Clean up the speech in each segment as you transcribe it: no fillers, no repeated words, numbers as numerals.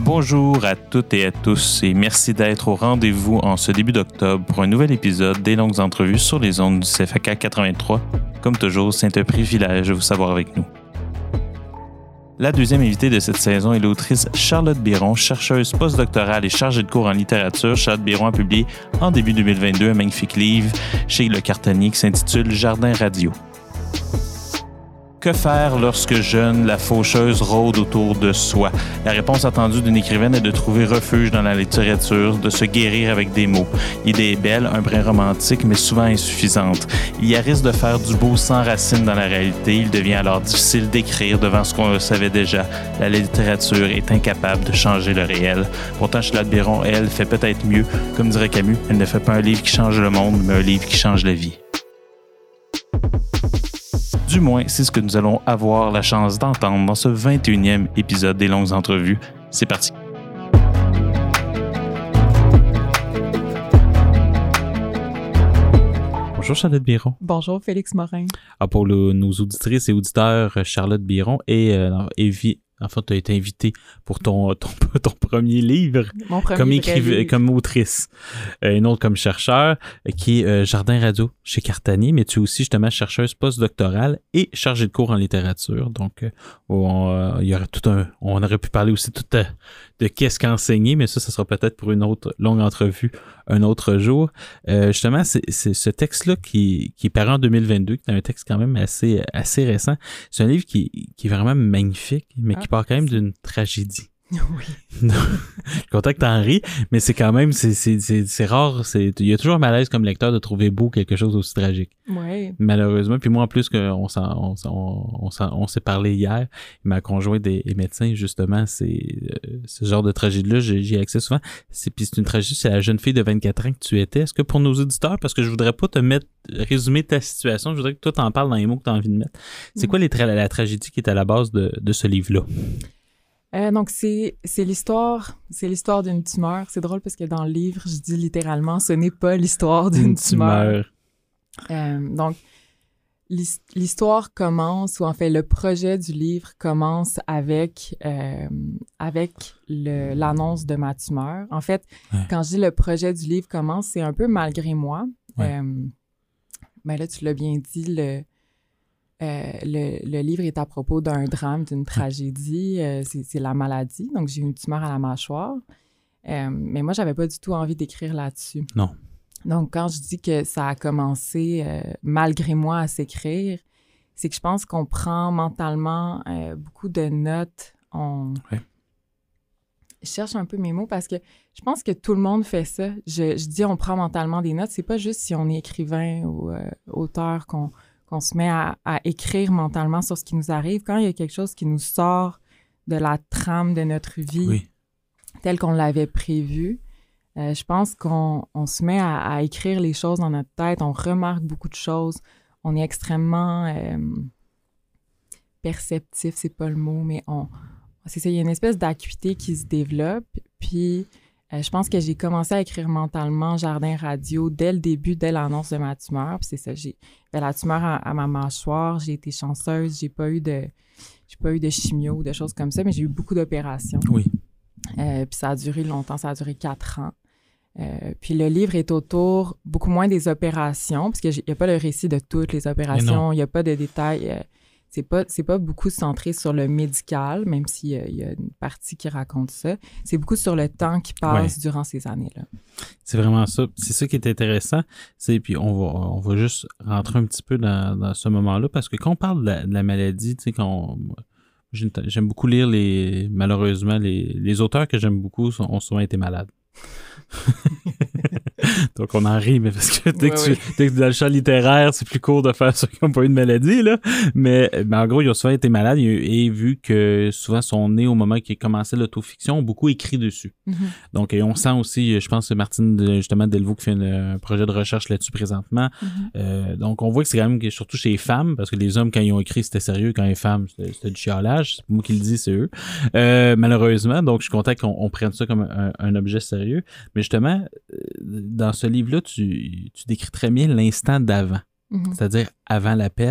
Bonjour à toutes et à tous et merci d'être au rendez-vous en ce début d'octobre pour un nouvel épisode des longues entrevues sur les ondes du CFAK 83. Comme toujours, c'est un privilège de vous savoir avec nous. La deuxième invitée de cette saison est l'autrice Charlotte Biron, chercheuse postdoctorale et chargée de cours en littérature. Charlotte Biron a publié en début 2022 un magnifique livre chez Le Cartanier qui s'intitule Jardin radio. Que faire lorsque jeune, la faucheuse rôde autour de soi? La réponse attendue d'une écrivaine est de trouver refuge dans la littérature, de se guérir avec des mots. L'idée est belle, un brin romantique, mais souvent insuffisante. Il y a risque de faire du beau sans racines dans la réalité. Il devient alors difficile d'écrire devant ce qu'on savait déjà. La littérature est incapable de changer le réel. Pourtant, Charlotte Biron, elle, fait peut-être mieux. Comme dirait Camus, elle ne fait pas un livre qui change le monde, mais un livre qui change la vie. Du moins, c'est ce que nous allons avoir la chance d'entendre dans ce 21e épisode des longues entrevues. C'est parti! Bonjour Charlotte Biron. Bonjour Félix Morin. Pour nos auditrices et auditeurs, Charlotte Biron tu as été invitée pour ton premier livre comme autrice. Une autre comme chercheur, qui est Jardin radio chez Cartanier, mais tu es aussi justement chercheuse postdoctorale et chargée de cours en littérature. Donc, il y aurait on aurait pu parler aussi de qu'est-ce qu'enseigner, mais ça sera peut-être pour une autre longue entrevue un autre jour. Justement, c'est ce texte-là qui est paru en 2022, qui est un texte quand même assez récent. C'est un livre qui est vraiment magnifique, mais qui part quand même d'une tragédie. Oui. Je suis content que t'en ris, mais c'est quand même, c'est rare. Il y a toujours un malaise comme lecteur de trouver beau quelque chose aussi tragique. Oui. Malheureusement. Puis moi, en plus, on s'est parlé hier, ma conjointe est médecin, justement, c'est ce genre de tragédie-là, j'y ai accès souvent. Puis c'est une tragédie, c'est la jeune fille de 24 ans que tu étais. Est-ce que pour nos auditeurs, parce que je voudrais pas résumer ta situation, je voudrais que toi t'en parles dans les mots que tu as envie de mettre. C'est quoi la tragédie qui est à la base de ce livre-là? Donc, c'est l'histoire d'une tumeur. C'est drôle parce que dans le livre, je dis littéralement, ce n'est pas l'histoire d'une tumeur. Donc, l'histoire commence, ou en fait, le projet du livre commence avec l'annonce de ma tumeur. En fait, quand je dis le projet du livre commence, c'est un peu malgré moi. Mais là, tu l'as bien dit, le livre est à propos d'un drame, d'une tragédie. C'est la maladie. Donc, j'ai eu une tumeur à la mâchoire. Mais moi, j'avais pas du tout envie d'écrire là-dessus. Non. Donc, quand je dis que ça a commencé malgré moi à s'écrire, c'est que je pense qu'on prend mentalement beaucoup de notes. Je cherche un peu mes mots parce que je pense que tout le monde fait ça. Je dis on prend mentalement des notes. C'est pas juste si on est écrivain ou auteur qu'on se met à écrire mentalement sur ce qui nous arrive. Quand il y a quelque chose qui nous sort de la trame de notre vie, telle qu'on l'avait prévue, je pense qu'on se met à écrire les choses dans notre tête, on remarque beaucoup de choses, on est extrêmement perceptif, c'est pas le mot, mais c'est ça, il y a une espèce d'acuité qui se développe, puis je pense que j'ai commencé à écrire mentalement Jardin radio dès le début, dès l'annonce de ma tumeur. Puis c'est ça, j'ai la tumeur à ma mâchoire, j'ai été chanceuse, j'ai pas eu de chimio ou de choses comme ça, mais j'ai eu beaucoup d'opérations. Oui. Puis ça a duré longtemps, ça a duré 4 ans. Puis le livre est autour beaucoup moins des opérations, parce qu'il n'y a pas le récit de toutes les opérations, il n'y a pas de détails. C'est pas beaucoup centré sur le médical, même s'il y a une partie qui raconte ça. C'est beaucoup sur le temps qui passe durant ces années-là. C'est vraiment ça. C'est ça qui est intéressant. Puis on va juste rentrer un petit peu dans ce moment-là, parce que quand on parle de la maladie, tu sais, j'aime beaucoup lire malheureusement, les auteurs que j'aime beaucoup ont souvent été malades. Donc on en rit, mais parce que dès que dans le champ littéraire, c'est plus court de faire ceux qui n'ont pas eu de maladie, là. Mais en gros, ils ont souvent été malades et vu que souvent sont nés au moment qu'ils commençaient l'autofiction, ont beaucoup écrit dessus. Mm-hmm. Donc on sent aussi, je pense que Martine justement Delvaux qui fait un projet de recherche là-dessus présentement. Mm-hmm. Donc on voit que c'est quand même surtout chez les femmes, parce que les hommes quand ils ont écrit c'était sérieux, quand les femmes c'était du chialage. C'est pas moi qui le dis, c'est eux. Malheureusement, donc je suis content qu'on prenne ça comme un objet sérieux. Mais justement, dans ce livre-là, tu décris très bien l'instant d'avant. Mm-hmm. C'est-à-dire avant l'appel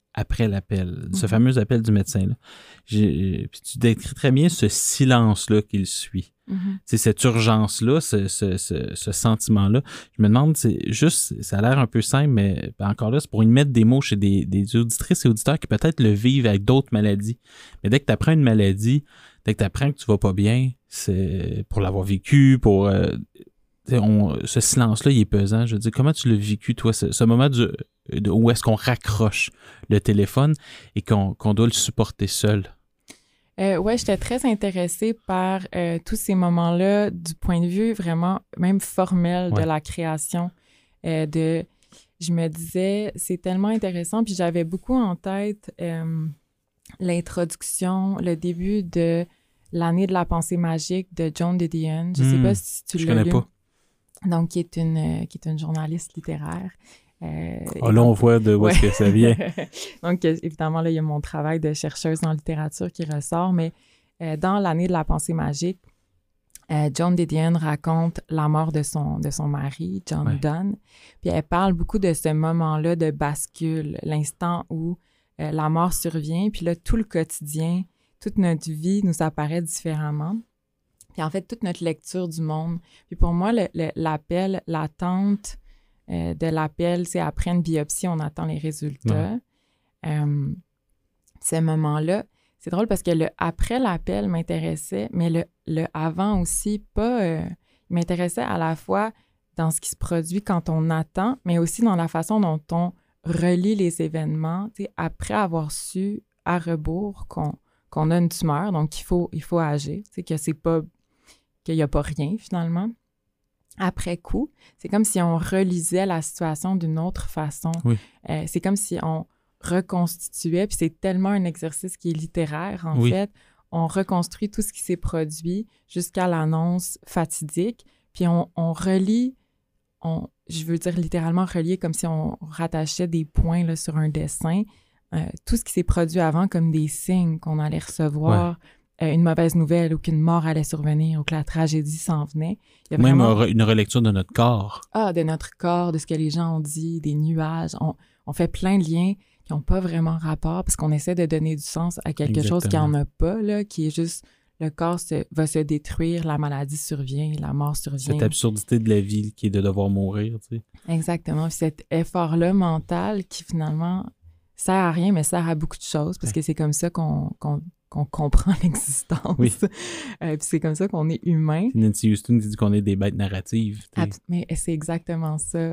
après l'appel, ce fameux appel du médecin. Là. Puis tu décris très bien ce silence-là qu'il suit. C'est cette urgence-là, ce sentiment-là. Je me demande, c'est juste, ça a l'air un peu simple, mais encore là, c'est pour y mettre des mots chez des auditrices et auditeurs qui peut-être le vivent avec d'autres maladies. Mais dès que tu apprends une maladie, dès que tu apprends que tu vas pas bien, c'est pour l'avoir vécu, pour... ce silence-là, il est pesant. Je veux dire, comment tu l'as vécu, toi, ce moment où est-ce qu'on raccroche le téléphone et qu'on doit le supporter seul? Oui, j'étais très intéressée par tous ces moments-là du point de vue vraiment même formel de la création. Je me disais, c'est tellement intéressant. Puis j'avais beaucoup en tête l'introduction, le début de l'année de la pensée magique de Joan Didion. Je ne sais pas si tu l'as lu. Je connais pas. Donc, qui est une journaliste littéraire. Là, on voit de où est-ce que ça vient. Donc, évidemment, là, il y a mon travail de chercheuse en littérature qui ressort, mais dans l'année de la pensée magique, Joan Didion raconte la mort de son mari, John Donne, puis elle parle beaucoup de ce moment-là de bascule, l'instant où la mort survient, puis là, tout le quotidien, toute notre vie nous apparaît différemment. Puis en fait, toute notre lecture du monde. Puis pour moi, l'appel, l'attente de l'appel, c'est après une biopsie, on attend les résultats. Ce moment-là, c'est drôle parce que le après l'appel m'intéressait, mais le avant aussi, il m'intéressait à la fois dans ce qui se produit quand on attend, mais aussi dans la façon dont on relie les événements, après avoir su à rebours qu'on a une tumeur, donc il faut agir, que c'est pas qu'il n'y a pas rien finalement. Après coup, c'est comme si on relisait la situation d'une autre façon. Oui. C'est comme si on reconstituait, puis c'est tellement un exercice qui est littéraire, en fait. On reconstruit tout ce qui s'est produit jusqu'à l'annonce fatidique, puis on relie, je veux dire littéralement relier comme si on rattachait des points là, sur un dessin, tout ce qui s'est produit avant comme des signes qu'on allait recevoir, une mauvaise nouvelle ou qu'une mort allait survenir ou que la tragédie s'en venait. Il y a vraiment... Même une relecture de notre corps. De notre corps, de ce que les gens ont dit, des nuages. On fait plein de liens qui n'ont pas vraiment rapport parce qu'on essaie de donner du sens à quelque chose qui n'en a pas, là, qui est juste le corps va se détruire, la maladie survient, la mort survient. Cette absurdité de la vie qui est de devoir mourir, tu sais. Exactement. Puis cet effort-là mental qui finalement sert à rien, mais sert à beaucoup de choses parce que c'est comme ça qu'on comprend l'existence. Oui. Puis c'est comme ça qu'on est humain. Nancy Houston dit qu'on est des bêtes narratives. Mais c'est exactement ça.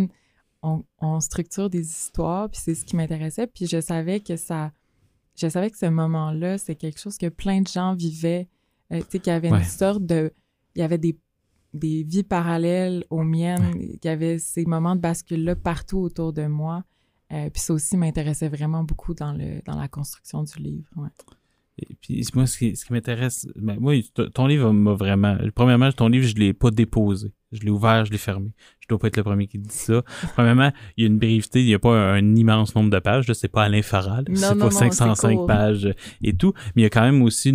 On structure des histoires, puis c'est ce qui m'intéressait. Puis je savais que ce moment-là, c'est quelque chose que plein de gens vivaient. Tu sais, qu'il y avait une sorte de... Il y avait des vies parallèles aux miennes. Il y avait ces moments de bascule-là partout autour de moi. Puis ça aussi m'intéressait vraiment beaucoup dans la construction du livre. Ouais. Et puis moi, ce qui m'intéresse... moi, ton livre m'a vraiment... Premièrement, ton livre, je ne l'ai pas déposé. Je l'ai ouvert, je l'ai fermé. Je dois pas être le premier qui dit ça. Premièrement, il y a une brièveté, il n'y a pas un immense nombre de pages. Là, c'est pas Alain Faral. C'est pas 505 pages et tout. Mais il y a quand même aussi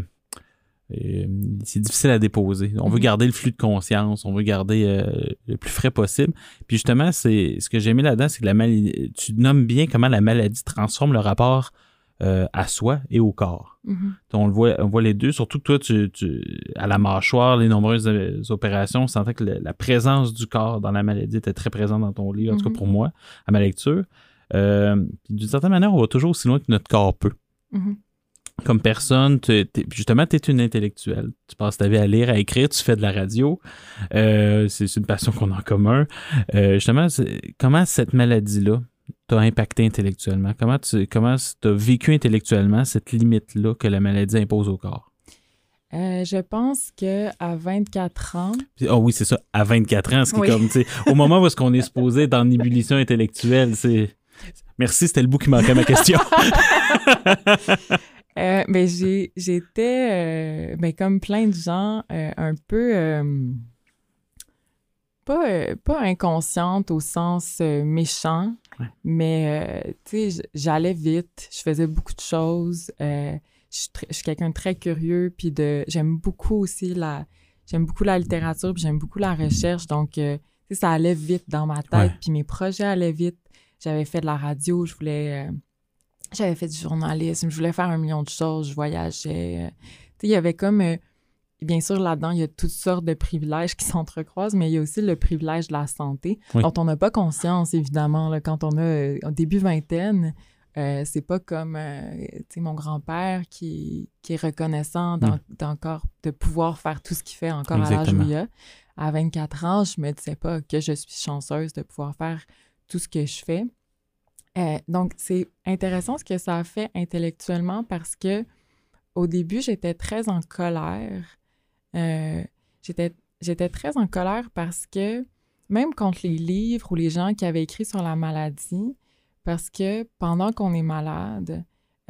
c'est difficile à déposer. On veut garder le flux de conscience. On veut garder le plus frais possible. Puis justement, ce que j'ai aimé là-dedans, c'est que tu nommes bien comment la maladie transforme le rapport à soi et au corps. On voit les deux, surtout que toi, à la mâchoire, les nombreuses opérations, on sentait que la présence du corps dans la maladie était très présente dans ton livre, en tout cas pour moi, à ma lecture. D'une certaine manière, on va toujours aussi loin que notre corps peut. Comme personne, justement, tu es une intellectuelle. Tu passes ta vie à lire, à écrire, tu fais de la radio. C'est une passion qu'on a en commun. Justement, comment cette maladie-là t'a impacté intellectuellement? Comment tu as vécu intellectuellement cette limite-là que la maladie impose au corps? Je pense qu'à 24 ans... oui, c'est ça, à 24 ans, ce qui est comme, tu sais, au moment où est-ce qu'on est supposé être en ébullition intellectuelle, c'est... Merci, c'était le bout qui manquait à ma question. Mais j'étais, comme plein de gens, un peu... pas inconsciente au sens méchant, mais tu sais, j'allais vite, je faisais beaucoup de choses, je suis quelqu'un de très curieux, puis j'aime beaucoup aussi la littérature, puis j'aime beaucoup la recherche, donc tu sais, ça allait vite dans ma tête, puis mes projets allaient vite. J'avais fait de la radio, je voulais J'avais fait du journalisme, je voulais faire 1 million de choses, je voyageais. Il y avait comme... bien sûr, là-dedans, il y a toutes sortes de privilèges qui s'entrecroisent, mais il y a aussi le privilège de la santé, dont on n'a pas conscience, évidemment, là, quand on a au début vingtaine. C'est pas comme mon grand-père qui est reconnaissant d'encore de pouvoir faire tout ce qu'il fait encore à l'âge où il a. À 24 ans, je me disais pas que je suis chanceuse de pouvoir faire tout ce que je fais. Donc, c'est intéressant ce que ça a fait intellectuellement parce que au début, j'étais très en colère. J'étais très en colère parce que, même contre les livres ou les gens qui avaient écrit sur la maladie, parce que pendant qu'on est malade,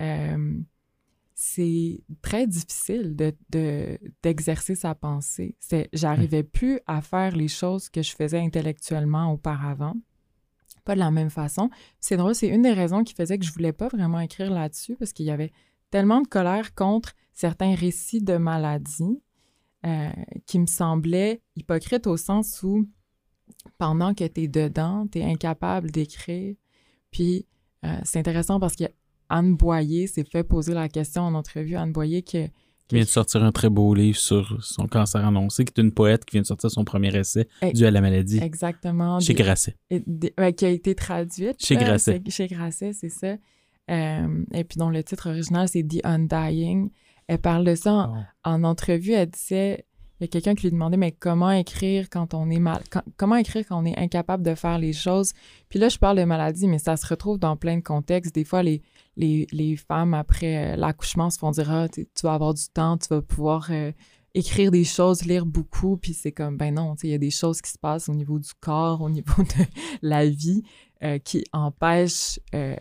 c'est très difficile d'exercer sa pensée. J'arrivais plus à faire les choses que je faisais intellectuellement auparavant. Pas de la même façon. C'est drôle, c'est une des raisons qui faisait que je voulais pas vraiment écrire là-dessus, parce qu'il y avait tellement de colère contre certains récits de maladie qui me semblaient hypocrites au sens où, pendant que tu es dedans, tu es incapable d'écrire. Puis, c'est intéressant parce que Anne Boyer s'est fait poser la question en entrevue. Anne Boyer qui vient de sortir un très beau livre sur son cancer annoncé, qui est une poète qui vient de sortir son premier essai dû à la maladie. Exactement. Chez Grasset. Qui a été traduite. Chez Grasset. Chez Grasset, c'est ça. Et puis dont le titre original, c'est The Undying. Elle parle de ça en entrevue. Elle disait, il y a quelqu'un qui lui demandait, mais comment écrire quand on est comment écrire quand on est incapable de faire les choses? Puis là, je parle de maladie, mais ça se retrouve dans plein de contextes. Des fois, les femmes, après l'accouchement, se font dire « Ah, tu vas avoir du temps, tu vas pouvoir écrire des choses, lire beaucoup. » Puis c'est comme, ben non, il y a des choses qui se passent au niveau du corps, au niveau de la vie, qui empêchent...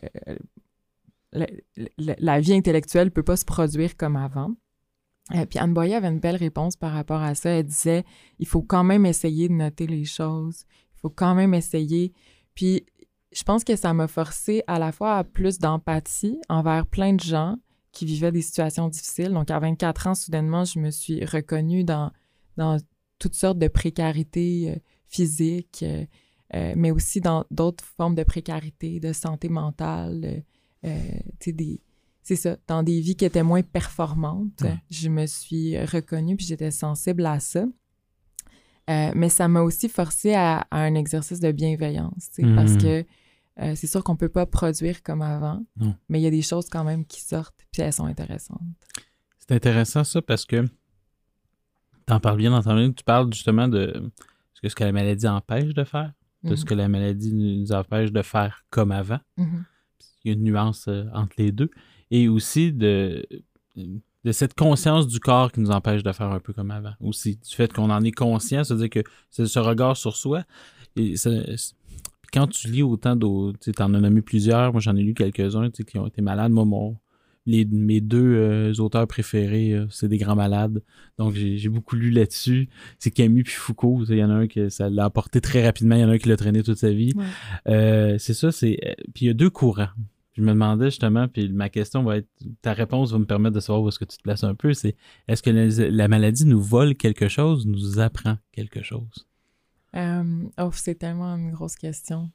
la vie intellectuelle ne peut pas se produire comme avant. Puis Anne Boyer avait une belle réponse par rapport à ça. Elle disait, il faut quand même essayer de noter les choses. Il faut quand même essayer. Puis je pense que ça m'a forcé à la fois à plus d'empathie envers plein de gens qui vivaient des situations difficiles. Donc à 24 ans, soudainement, je me suis reconnue dans toutes sortes de précarité physique, mais aussi dans d'autres formes de précarité, de santé mentale, c'est ça, dans des vies qui étaient moins performantes. Je me suis reconnue puis j'étais sensible à ça. Mais ça m'a aussi forcé à un exercice de bienveillance, parce que c'est sûr qu'on ne peut pas produire comme avant, mais il y a des choses quand même qui sortent puis elles sont intéressantes. C'est intéressant ça parce que tu en parles bien dans ton livre, tu parles justement de ce que la maladie empêche de faire, de ce que la maladie nous empêche de faire comme avant. Il y a une nuance entre les deux. Et aussi de cette conscience du corps qui nous empêche de faire un peu comme avant. Aussi, du fait qu'on en est conscient, c'est-à-dire que c'est ce regard sur soi. Et quand tu lis autant d'autres, tu en as nommé plusieurs, moi j'en ai lu quelques-uns qui ont été malades. Moi, mes deux auteurs préférés, c'est des grands malades. Donc, j'ai beaucoup lu là-dessus. C'est Camus puis Foucault. Il y en a un qui ça l'a apporté très rapidement. Il y en a un qui l'a traîné toute sa vie. C'est ça. Puis il y a deux courants. Je me demandais justement, puis ma question va être, ta réponse va me permettre de savoir où est-ce que tu te places un peu, c'est est-ce que la maladie nous vole quelque chose, nous apprend quelque chose? C'est tellement une grosse question.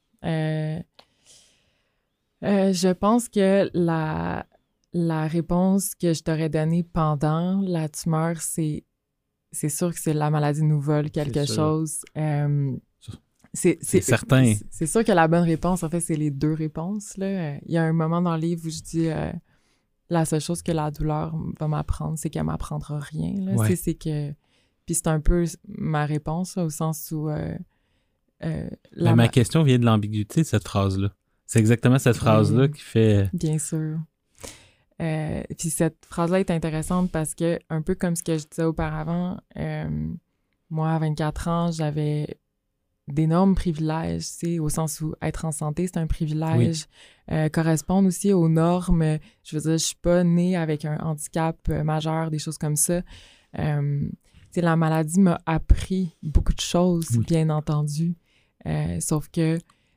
Je pense que la réponse que je t'aurais donnée pendant la tumeur, c'est sûr que la maladie nous vole quelque chose. C'est certain. C'est sûr que la bonne réponse, en fait, c'est les deux réponses, là. Il y a un moment dans le livre où je dis la seule chose que la douleur va m'apprendre, c'est qu'elle m'apprendra rien. Là. C'est que... Puis c'est un peu ma réponse, là, au sens où... ma question vient de l'ambiguïté de cette phrase-là. C'est exactement cette phrase-là qui fait... Bien sûr. Puis cette phrase-là est intéressante parce que, un peu comme ce que je disais auparavant, moi, à 24 ans, j'avais d'énormes privilèges, au sens où être en santé, c'est un privilège. Correspondre aussi aux normes. Je veux dire, je suis pas née avec un handicap majeur, des choses comme ça. La maladie m'a appris beaucoup de choses, bien entendu. Sauf que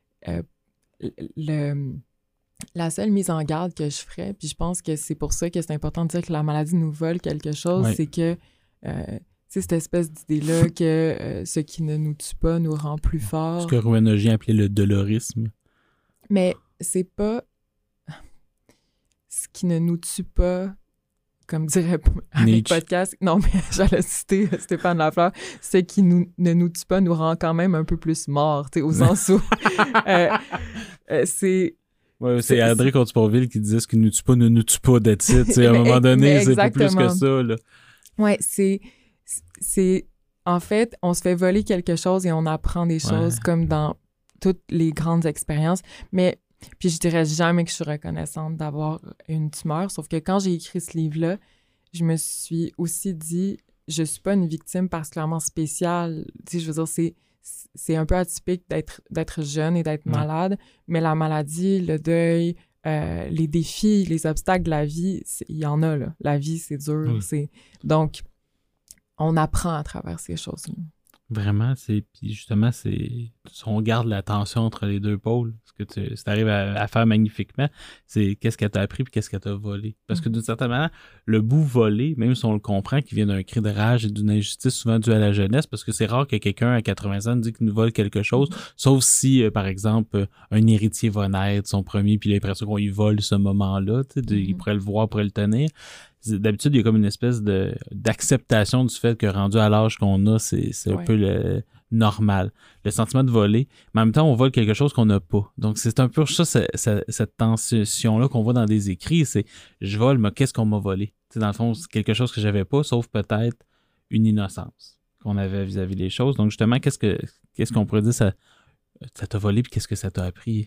la seule mise en garde que je ferais, puis je pense que c'est pour ça que c'est important de dire que la maladie nous vole quelque chose, c'est que cette espèce d'idée-là que ce qui ne nous tue pas nous rend plus forts. Ce que Rouen Ogien appelait le dolorisme. Mais c'est pas... qui ne nous tue pas, comme dirait avec podcast, non, mais j'allais citer Stéphane Lafleur, ce qui ne nous tue pas nous rend quand même un peu plus morts, tu sais, au sens où c'est... Ouais, c'est André Comte-Pourville qui disait « Ce qui ne nous tue pas ne nous tue pas », that's it. À un moment donné, c'est pas plus que ça, là. Ouais, c'est... En fait, on se fait voler quelque chose et on apprend des choses comme dans toutes les grandes expériences, mais... Puis je dirais jamais que je suis reconnaissante d'avoir une tumeur, sauf que quand j'ai écrit ce livre-là, je me suis aussi dit, je suis pas une victime particulièrement spéciale. Tu sais, je veux dire, c'est un peu atypique d'être jeune et d'être malade, mais la maladie, le deuil, les défis, les obstacles de la vie, il y en a, là. La vie, c'est dur. Donc, on apprend à travers ces choses-là. Vraiment, puis justement, on garde la tension entre les deux pôles, ce que tu arrives à faire magnifiquement, c'est qu'est-ce qu'elle t'a appris puis qu'est-ce qu'elle t'a volé. Parce que d'une certaine manière, le bout volé, même si on le comprend, qui vient d'un cri de rage et d'une injustice souvent due à la jeunesse, parce que c'est rare que quelqu'un à 80 ans dit qu'il nous vole quelque chose, sauf si, par exemple, un héritier va naître, son premier, puis il a l'impression qu'on lui vole ce moment-là, il pourrait le voir, pourrait le tenir. D'habitude, il y a comme une espèce d'acceptation du fait que rendu à l'âge qu'on a, c'est un peu le normal. Le sentiment de voler, mais en même temps, on vole quelque chose qu'on n'a pas. Donc, c'est un peu ça, cette tension-là qu'on voit dans des écrits, c'est « je vole, mais qu'est-ce qu'on m'a volé? » Dans le fond, c'est quelque chose que j'avais pas, sauf peut-être une innocence qu'on avait vis-à-vis des choses. Donc, justement, qu'est-ce qu'on pourrait dire, ça t'a volé, puis qu'est-ce que ça t'a appris?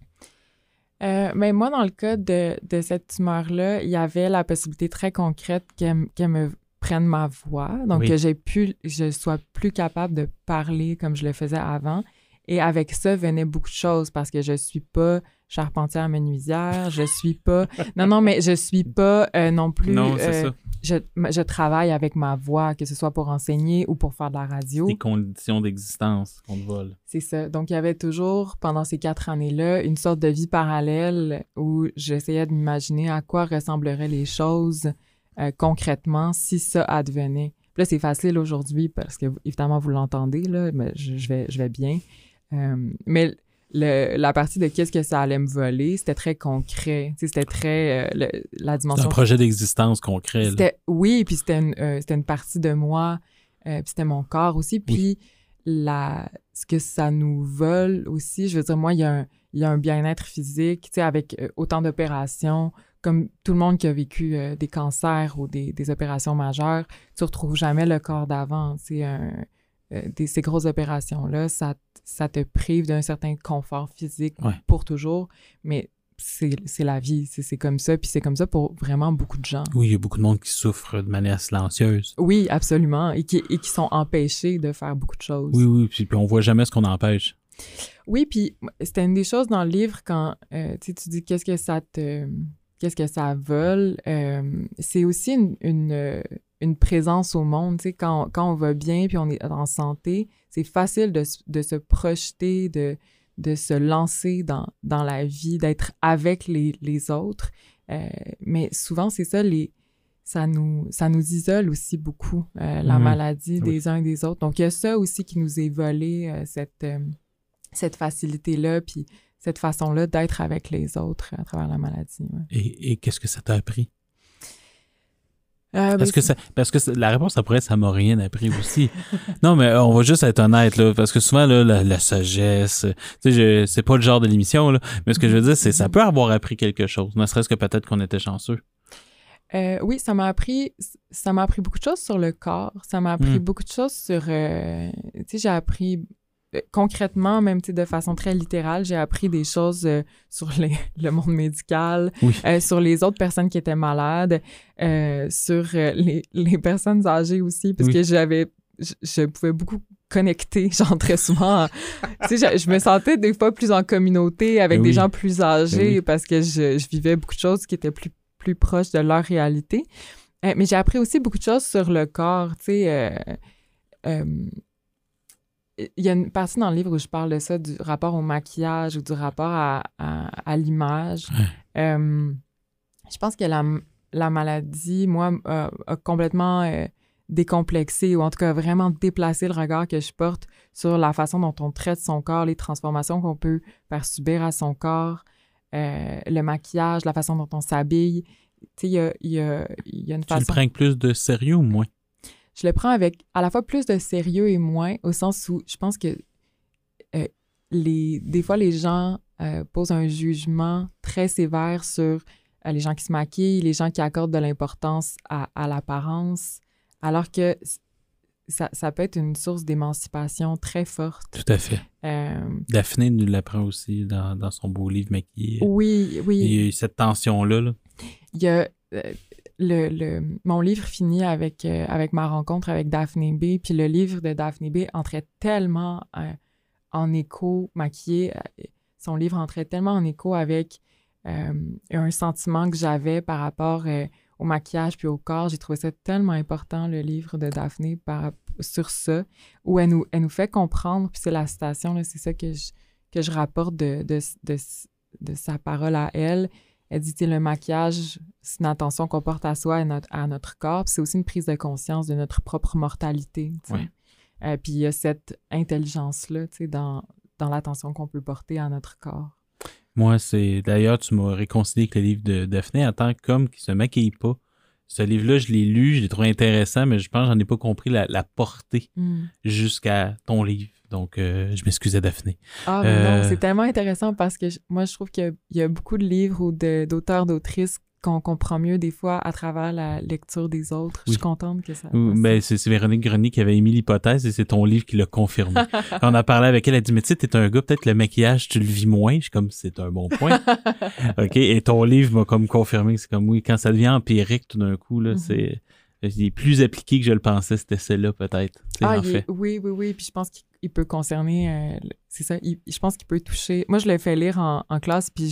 Mais moi, dans le cas de cette tumeur-là, il y avait la possibilité très concrète qu'elle me prenne ma voix, donc que je sois plus capable de parler comme je le faisais avant. Et avec ça venaient beaucoup de choses parce que je suis pas charpentière menuisière, je suis pas... Non, mais je suis pas non plus... Non, c'est ça. Je travaille avec ma voix, que ce soit pour enseigner ou pour faire de la radio. Des conditions d'existence qu'on te vole. C'est ça. Donc, il y avait toujours, pendant ces 4 années-là, une sorte de vie parallèle où j'essayais de m'imaginer à quoi ressembleraient les choses concrètement si ça advenait. Puis là, c'est facile aujourd'hui parce que, évidemment, vous l'entendez, là, mais je vais bien. Mais la partie de qu'est-ce que ça allait me voler, c'était très concret. Tu sais, c'était très... la dimension... C'est un projet d'existence concret. Oui, puis c'était une partie de moi, puis c'était mon corps aussi. Puis ce que ça nous vole aussi, je veux dire, moi, il y a un bien-être physique, tu sais, avec autant d'opérations, comme tout le monde qui a vécu des cancers ou des opérations majeures, tu retrouves jamais le corps d'avant. Tu sais, ces grosses opérations-là, ça te prive d'un certain confort physique pour toujours, mais c'est la vie, c'est comme ça, puis c'est comme ça pour vraiment beaucoup de gens. Oui, il y a beaucoup de monde qui souffre de manière silencieuse. Oui, absolument, et qui sont empêchés de faire beaucoup de choses. Oui, puis on voit jamais ce qu'on empêche. Oui, puis c'était une des choses dans le livre quand tu dis qu'est-ce que ça vole, c'est aussi une présence au monde, tu sais, quand on va bien puis on est en santé, c'est facile de se projeter, de se lancer dans la vie, d'être avec les autres, mais souvent c'est ça, ça nous isole aussi beaucoup, la maladie des uns et des autres. Donc il y a ça aussi qui nous est volé, cette facilité-là, puis cette façon-là d'être avec les autres à travers la maladie. Ouais. Et qu'est-ce que ça t'a appris? Parce que la réponse, ça m'a rien appris aussi. Non, mais on va juste être honnête, là, parce que souvent, là, la sagesse, tu sais, c'est pas le genre de l'émission, là, mais ce que je veux dire, c'est ça peut avoir appris quelque chose, ne serait-ce que peut-être qu'on était chanceux. Oui, ça m'a appris beaucoup de choses sur le corps, ça m'a appris beaucoup de choses sur, tu sais, j'ai appris concrètement, même de façon très littérale, j'ai appris des choses sur le monde médical, sur les autres personnes qui étaient malades, sur les personnes âgées aussi, parce que je pouvais beaucoup connecter, genre très souvent. Tu sais, je me sentais des fois plus en communauté avec des gens plus âgés parce que je vivais beaucoup de choses qui étaient plus proches de leur réalité. Mais j'ai appris aussi beaucoup de choses sur le corps, tu sais. Il y a une partie dans le livre où je parle de ça, du rapport au maquillage ou du rapport à l'image. Je pense que la maladie, moi, a complètement décomplexé ou en tout cas vraiment déplacé le regard que je porte sur la façon dont on traite son corps, les transformations qu'on peut faire subir à son corps. le maquillage, la façon dont on s'habille. Tu sais, il y a une façon... Tu le prends avec plus de sérieux ou moins? Je le prends avec à la fois plus de sérieux et moins, au sens où je pense que des fois, les gens posent un jugement très sévère sur les gens qui se maquillent, les gens qui accordent de l'importance à l'apparence, alors que ça peut être une source d'émancipation très forte. Tout à fait. Daphné nous l'apprend aussi dans son beau livre Maquillée. Oui, oui. Il y a eu cette tension-là. Là. Il y a... mon livre finit avec ma rencontre avec Daphné B. Puis le livre de Daphné B. entrait tellement en écho, Maquillée, son livre entrait tellement en écho avec un sentiment que j'avais par rapport au maquillage puis au corps. J'ai trouvé ça tellement important, le livre de Daphné, sur ça, où elle nous fait comprendre, puis c'est la citation, là, c'est ça que je rapporte de sa parole à elle. Elle dit, le maquillage, c'est une attention qu'on porte à soi et à notre corps, puis c'est aussi une prise de conscience de notre propre mortalité. Oui. Puis il y a cette intelligence-là, dans l'attention qu'on peut porter à notre corps. Moi, d'ailleurs, tu m'as réconcilié avec le livre de Daphné en tant qu'homme qui se maquille pas. Ce livre-là, je l'ai lu, je l'ai trouvé intéressant, mais je pense que j'en ai pas compris la portée jusqu'à ton livre. Donc, je m'excusais, Daphné. Ah, mais non, c'est tellement intéressant parce que moi, je trouve qu'il y a beaucoup de livres ou d'auteurs, d'autrices qu'on comprend mieux des fois à travers la lecture des autres. Oui. Je suis contente que ça... Ben, c'est Véronique Grenier qui avait émis l'hypothèse et c'est ton livre qui l'a confirmé. On a parlé avec elle, elle a dit, mais tu sais, t'es un gars, peut-être le maquillage, tu le vis moins. Je suis comme, c'est un bon point. OK, et ton livre m'a comme confirmé. C'est comme, oui, quand ça devient empirique tout d'un coup, là, il est plus appliqué que je le pensais, c'était celle-là peut-être. Oui. Puis je pense qu'il peut concerner... c'est ça, je pense qu'il peut toucher... Moi, je l'ai fait lire en classe, puis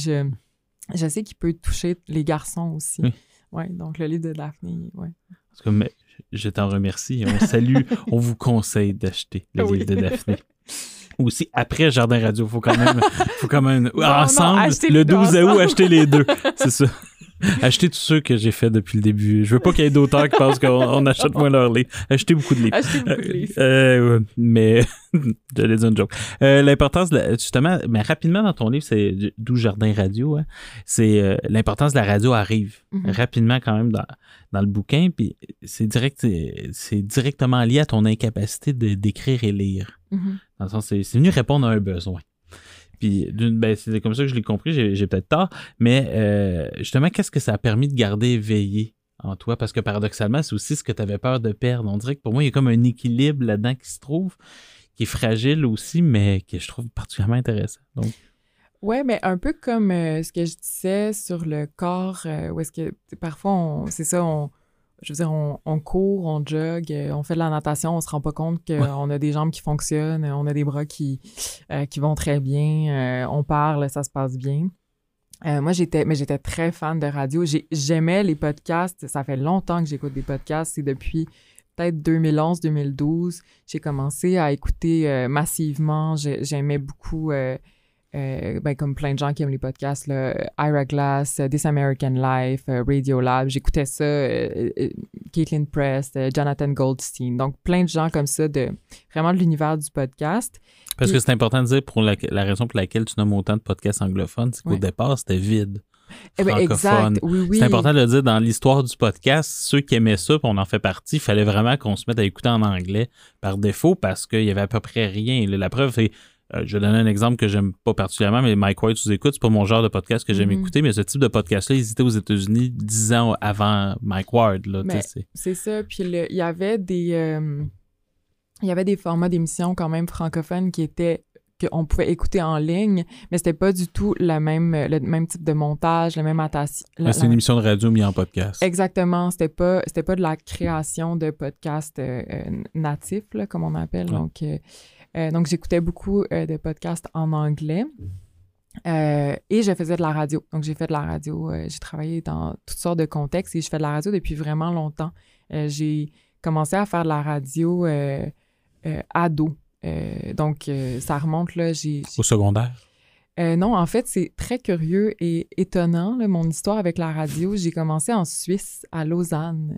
je sais qu'il peut toucher les garçons aussi. Oui. Ouais, donc le livre de Daphné, ouais. Parce que, je t'en remercie. On salue, on vous conseille d'acheter le livre de Daphné. Aussi, après Jardin Radio, faut quand même ensemble, le 12 août, acheter les deux. C'est ça. Achetez tous ceux que j'ai fait depuis le début. Je veux pas qu'il y ait d'auteurs qui pensent qu'on achète moins leurs livres. Achetez beaucoup de livres. Achetez beaucoup de livres. Mais j'allais dire une joke. L'importance, justement, mais rapidement dans ton livre, c'est d'où Jardin Radio, hein, c'est l'importance de la radio arrive rapidement quand même dans le bouquin. Puis c'est directement lié à ton incapacité d'écrire et lire. Dans le sens, c'est venu répondre à un besoin. Puis, c'est comme ça que je l'ai compris, j'ai peut-être tort, mais justement, qu'est-ce que ça a permis de garder éveillé en toi? Parce que paradoxalement, c'est aussi ce que tu avais peur de perdre. On dirait que pour moi, il y a comme un équilibre là-dedans qui se trouve, qui est fragile aussi, mais que je trouve particulièrement intéressant. Oui, mais un peu comme ce que je disais sur le corps, où est-ce que parfois, je veux dire, on court, on jogue, on fait de la natation, on se rend pas compte qu'on a des jambes qui fonctionnent, on a des bras qui vont très bien, on parle, ça se passe bien. Moi, j'étais très fan de radio. J'aimais les podcasts. Ça fait longtemps que j'écoute des podcasts. C'est depuis peut-être 2011-2012. J'ai commencé à écouter massivement. J'aimais beaucoup... comme plein de gens qui aiment les podcasts, là, Ira Glass, This American Life, Radiolab, j'écoutais ça, Caitlin Prest, Jonathan Goldstein, donc plein de gens comme ça, vraiment de l'univers du podcast. Parce que c'est important de dire pour la raison pour laquelle tu nommes autant de podcasts anglophones, c'est qu'au départ, c'était vide. Exact, oui. C'est important de le dire dans l'histoire du podcast, ceux qui aimaient ça, puis on en fait partie, il fallait vraiment qu'on se mette à écouter en anglais par défaut parce qu'il y avait à peu près rien. La preuve, c'est je vais donner un exemple que j'aime pas particulièrement, mais Mike Ward sous-écoute, c'est pas mon genre de podcast que j'aime écouter, mais ce type de podcast-là, ils étaient aux États-Unis 10 ans avant Mike Ward. Là, c'est ça. Puis il y avait des formats d'émissions quand même francophones qu'on pouvait écouter en ligne, mais c'était pas du tout le même type de montage, la même attention. C'est une émission de radio mise en podcast. Exactement. C'était pas de la création de podcasts natifs, là, comme on appelle. Ouais. Donc, j'écoutais beaucoup de podcasts en anglais et je faisais de la radio. Donc, j'ai fait de la radio. J'ai travaillé dans toutes sortes de contextes et je fais de la radio depuis vraiment longtemps. J'ai commencé à faire de la radio ado. Donc, ça remonte, là. Au secondaire? Non, en fait, c'est très curieux et étonnant, là, mon histoire avec la radio. J'ai commencé en Suisse, à Lausanne.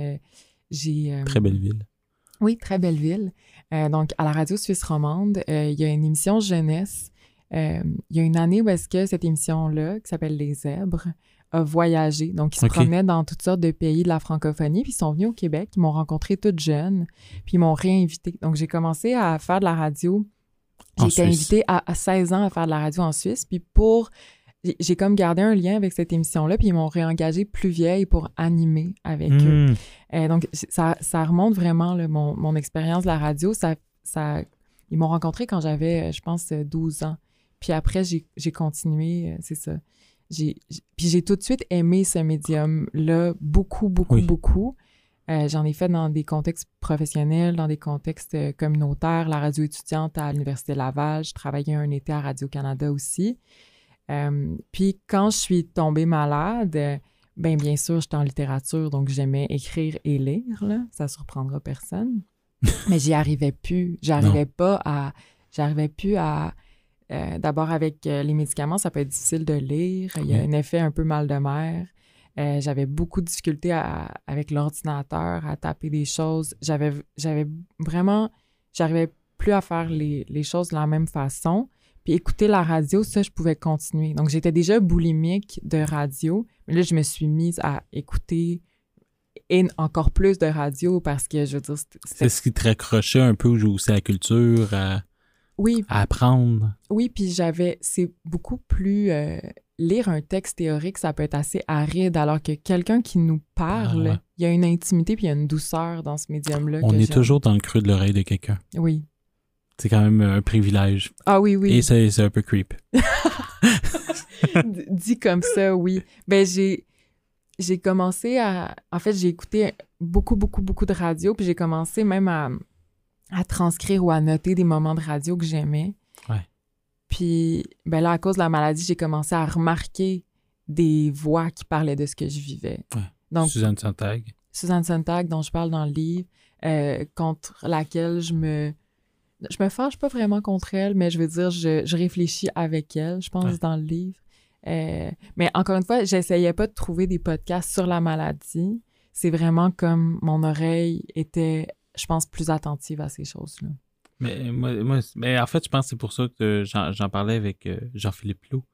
Très belle ville. Oui, très belle ville. Donc, à la radio suisse romande, il y a une émission jeunesse il y a une année où est-ce que cette émission-là, qui s'appelle Les Zèbres, a voyagé. Donc, ils se promenaient dans toutes sortes de pays de la francophonie, puis ils sont venus au Québec, ils m'ont rencontré toute jeune, puis ils m'ont réinvité. Donc, j'ai commencé à faire de la radio. J'ai été invitée à 16 ans à faire de la radio en Suisse, puis j'ai comme gardé un lien avec cette émission-là, puis ils m'ont réengagée plus vieille pour animer avec eux. Donc, ça remonte vraiment, là, mon expérience de la radio. Ils m'ont rencontrée quand j'avais, je pense, 12 ans. Puis après, j'ai continué, c'est ça. Puis j'ai tout de suite aimé ce médium-là beaucoup. J'en ai fait dans des contextes professionnels, dans des contextes communautaires, la radio étudiante à l'Université Laval. Je travaillais un été à Radio-Canada aussi. Puis quand je suis tombée malade, bien sûr, j'étais en littérature, donc j'aimais écrire et lire, là. Ça surprendra personne. Mais j'y arrivais plus. J'arrivais plus à d'abord, avec les médicaments, ça peut être difficile de lire. Il y a un effet un peu mal de mer. J'avais beaucoup de difficultés avec l'ordinateur, à taper des choses. J'arrivais plus à faire les choses de la même façon. Puis écouter la radio, ça, je pouvais continuer. Donc, j'étais déjà boulimique de radio. Mais là, je me suis mise à écouter encore plus de radio parce que, je veux dire... C'est ce qui te raccrochait un peu aussi à la culture, à apprendre. Oui, puis c'est beaucoup plus... lire un texte théorique, ça peut être assez aride, alors que quelqu'un qui nous parle, il y a une intimité puis il y a une douceur dans ce médium-là. On est toujours dans le creux de l'oreille de quelqu'un. Oui. C'est quand même un privilège. Ah oui. Et c'est un peu creep. Dit comme ça, oui. Ben j'ai commencé à... En fait, j'ai écouté beaucoup de radio, puis j'ai commencé même à transcrire ou à noter des moments de radio que j'aimais. Ouais. Puis, là, à cause de la maladie, j'ai commencé à remarquer des voix qui parlaient de ce que je vivais. Ouais. Donc, Suzanne Sontag, dont je parle dans le livre, contre laquelle je me fâche pas vraiment contre elle, mais je veux dire, je réfléchis avec elle, je pense, dans le livre. Mais encore une fois, j'essayais pas de trouver des podcasts sur la maladie. C'est vraiment comme mon oreille était, je pense, plus attentive à ces choses-là. Mais en fait, je pense que c'est pour ça que j'en parlais avec Jean-Philippe Loux.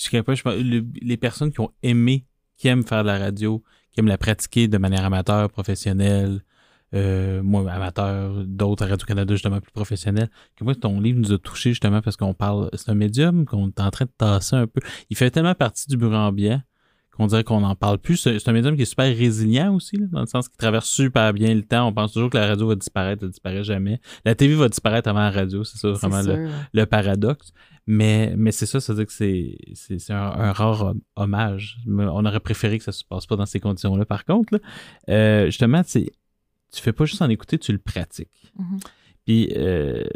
Les personnes qui aiment faire de la radio, qui aiment la pratiquer de manière amateur, professionnelle, moi, amateur, d'autres à Radio-Canada, justement, plus professionnels, que moi, ton livre nous a touchés, justement, parce qu'on parle... C'est un médium qu'on est en train de tasser un peu. Il fait tellement partie du bruit ambiant qu'on dirait qu'on n'en parle plus. C'est un médium qui est super résilient aussi, là, dans le sens qu'il traverse super bien le temps. On pense toujours que la radio va disparaître, elle ne disparaît jamais. La TV va disparaître avant la radio, c'est ça, vraiment le paradoxe. Mais c'est ça, c'est-à-dire que c'est un rare hommage. On aurait préféré que ça se passe pas dans ces conditions-là, par contre. Là. Justement, tu fais pas juste en écouter, tu le pratiques. Mm-hmm.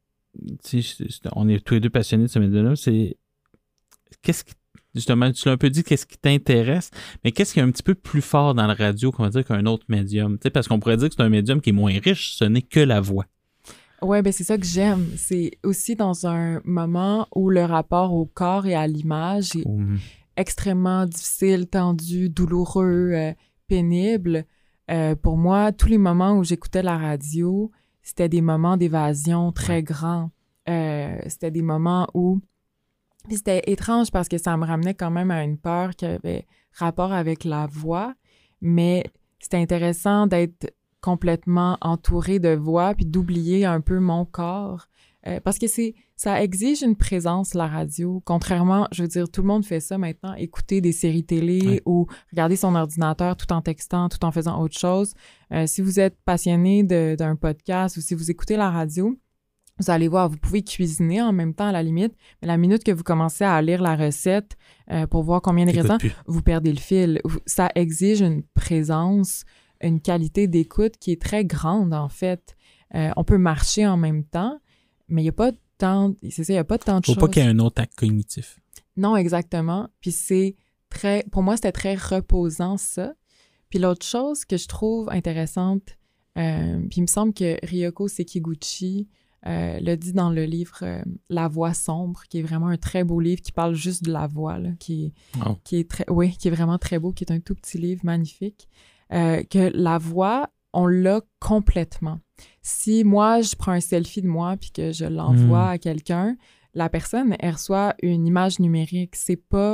Puis, on est tous les deux passionnés de ce médium-là. Qu'est-ce qui... Justement, tu l'as un peu dit, qu'est-ce qui t'intéresse, mais qu'est-ce qui est un petit peu plus fort dans la radio qu'on va dire qu'un autre médium? T'sais, parce qu'on pourrait dire que c'est un médium qui est moins riche, ce n'est que la voix. Oui, c'est ça que j'aime. C'est aussi dans un moment où le rapport au corps et à l'image est extrêmement difficile, tendu, douloureux, pénible. Pour moi, tous les moments où j'écoutais la radio, c'était des moments d'évasion très grands. C'était des moments où... Puis c'était étrange parce que ça me ramenait quand même à une peur qui avait rapport avec la voix, mais c'était intéressant d'être complètement entourée de voix puis d'oublier un peu mon corps. Parce que ça exige une présence, la radio. Contrairement, je veux dire, tout le monde fait ça maintenant, écouter des séries télé ou regarder son ordinateur tout en textant, tout en faisant autre chose. Si vous êtes passionné d'un podcast ou si vous écoutez la radio, vous allez voir, vous pouvez cuisiner en même temps à la limite, mais la minute que vous commencez à lire la recette pour voir combien d'ingrédients, vous perdez le fil. Ça exige une présence, une qualité d'écoute qui est très grande, en fait. On peut marcher en même temps, mais il n'y a pas tant... C'est ça, il n'y a pas tant de choses. Faut pas qu'il y ait un autre acte cognitif. Non, exactement. Puis pour moi, c'était très reposant, ça. Puis l'autre chose que je trouve intéressante, puis il me semble que Ryoko Sekiguchi l'a dit dans le livre La voix sombre, qui est vraiment un très beau livre qui parle juste de la voix, là, qui est vraiment très beau, qui est un tout petit livre magnifique, que la voix, on l'a complètement. Si moi, je prends un selfie de moi puis que je l'envoie à quelqu'un, la personne, elle reçoit une image numérique. C'est pas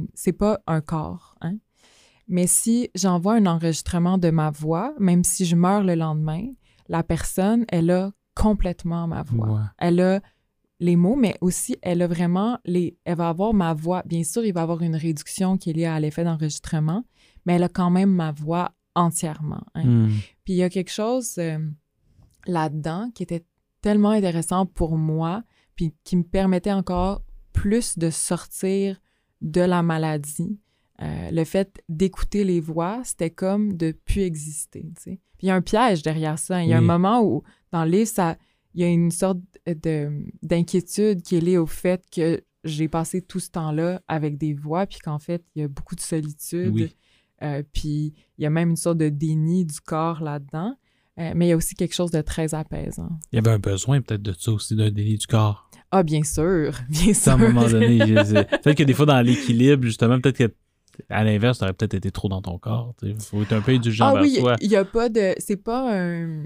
un corps, hein? Mais si j'envoie un enregistrement de ma voix, même si je meurs le lendemain, la personne, elle a complètement ma voix. Ouais. Elle a les mots, mais aussi, elle a vraiment elle va avoir ma voix. Bien sûr, il va y avoir une réduction qui est liée à l'effet d'enregistrement, mais elle a quand même ma voix entièrement, hein? Puis il y a quelque chose là-dedans qui était tellement intéressant pour moi, puis qui me permettait encore plus de sortir de la maladie. Le fait d'écouter les voix, c'était comme de plus exister, tu sais. Puis il y a un piège derrière ça. Il y a un moment où, dans le livre, il y a une sorte d'inquiétude qui est liée au fait que j'ai passé tout ce temps-là avec des voix, puis qu'en fait, il y a beaucoup de solitude. Oui. Puis il y a même une sorte de déni du corps là-dedans. Mais il y a aussi quelque chose de très apaisant. Il y avait un besoin peut-être de ça aussi, d'un déni du corps. Ah, bien sûr, bien sûr. À un moment donné, peut-être que des fois, dans l'équilibre, justement, peut-être que à l'inverse, t'aurais peut-être été trop dans ton corps. Il faut être un peu indulgent vers soi. Ah oui, il n'y a pas de... C'est pas un...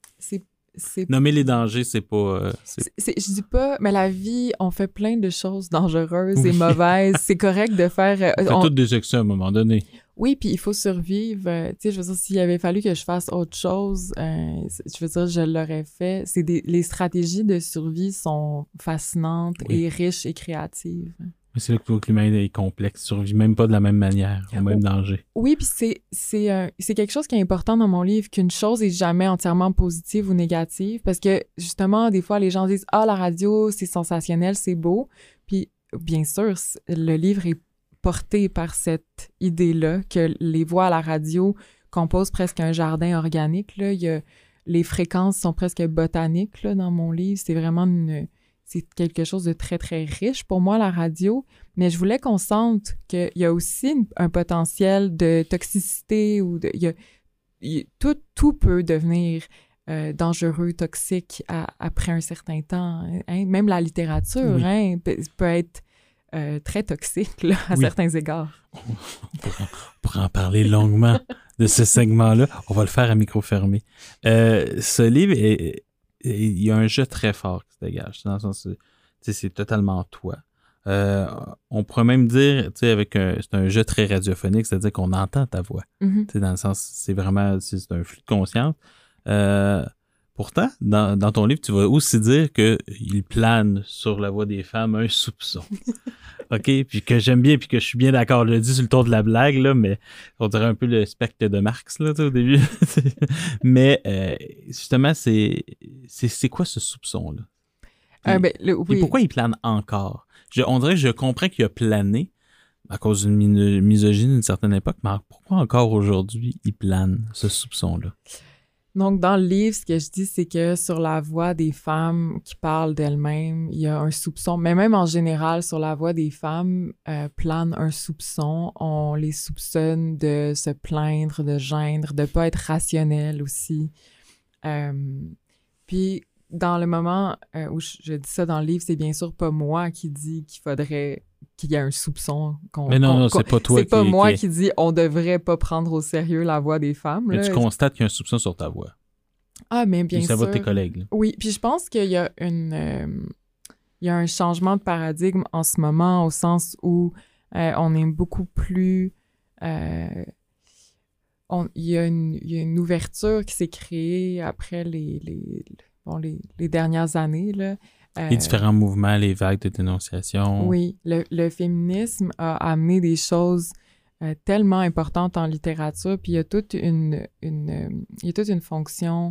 Nommer les dangers, c'est pas... Je dis pas... Mais la vie, on fait plein de choses dangereuses et mauvaises. C'est correct de faire... On fait toutes des excès à un moment donné. Oui, puis il faut survivre. Tu sais, je veux dire, s'il avait fallu que je fasse autre chose, je veux dire, je l'aurais fait. Les stratégies de survie sont fascinantes et riches et créatives. Mais c'est là que l'humain est complexe, il survit même pas de la même manière, au même danger. Oui, puis c'est quelque chose qui est important dans mon livre, qu'une chose est jamais entièrement positive ou négative, parce que justement, des fois, les gens disent « Ah, la radio, c'est sensationnel, c'est beau », puis bien sûr, le livre est porté par cette idée-là, que les voix à la radio composent presque un jardin organique, là. Les fréquences sont presque botaniques, là, dans mon livre, c'est vraiment c'est quelque chose de très, très riche pour moi, la radio, mais je voulais qu'on sente qu'il y a aussi un potentiel de toxicité ou tout peut devenir dangereux, toxique après un certain temps, hein? Même la littérature, hein, peut être très toxique là, à certains égards. On pourra en parler longuement de ce segment-là. On va le faire à micro fermé. Ce livre il y a un jeu très fort qui se dégage. Dans le sens, c'est totalement toi. On pourrait même dire, c'est un jeu très radiophonique, c'est-à-dire qu'on entend ta voix. Dans le sens, c'est un flux de conscience. Pourtant, dans ton livre, tu vas aussi dire qu'il plane sur la voix des femmes un soupçon. OK? Puis que j'aime bien, puis que je suis bien d'accord. Je le dis sur le ton de la blague, là, mais on dirait un peu le spectre de Marx, là, au début. Mais justement, c'est quoi ce soupçon-là? Et pourquoi il plane encore? On dirait que je comprends qu'il a plané à cause d'une misogynie d'une certaine époque, mais pourquoi encore aujourd'hui il plane, ce soupçon-là? Donc, dans le livre, ce que je dis, c'est que sur la voix des femmes qui parlent d'elles-mêmes, il y a un soupçon, mais même en général, sur la voix des femmes, plane un soupçon. On les soupçonne de se plaindre, de geindre, de pas être rationnel aussi. Puis, dans le moment où je dis ça dans le livre, c'est bien sûr pas moi qui dis qu'il faudrait qu'il y ait un soupçon. Mais non, c'est pas toi. C'est pas moi qui dis on devrait pas prendre au sérieux la voix des femmes. Mais là. Tu constates qu'il y a un soupçon sur ta voix. Ah, mais bien sûr. Ça va de tes collègues. Là. Oui, puis je pense qu'il y a il y a un changement de paradigme en ce moment au sens où on est beaucoup plus... il y a une ouverture qui s'est créée après les dernières années, là. Les différents mouvements, les vagues de dénonciation. Oui, le féminisme a amené des choses tellement importantes en littérature, puis il y a toute une fonction...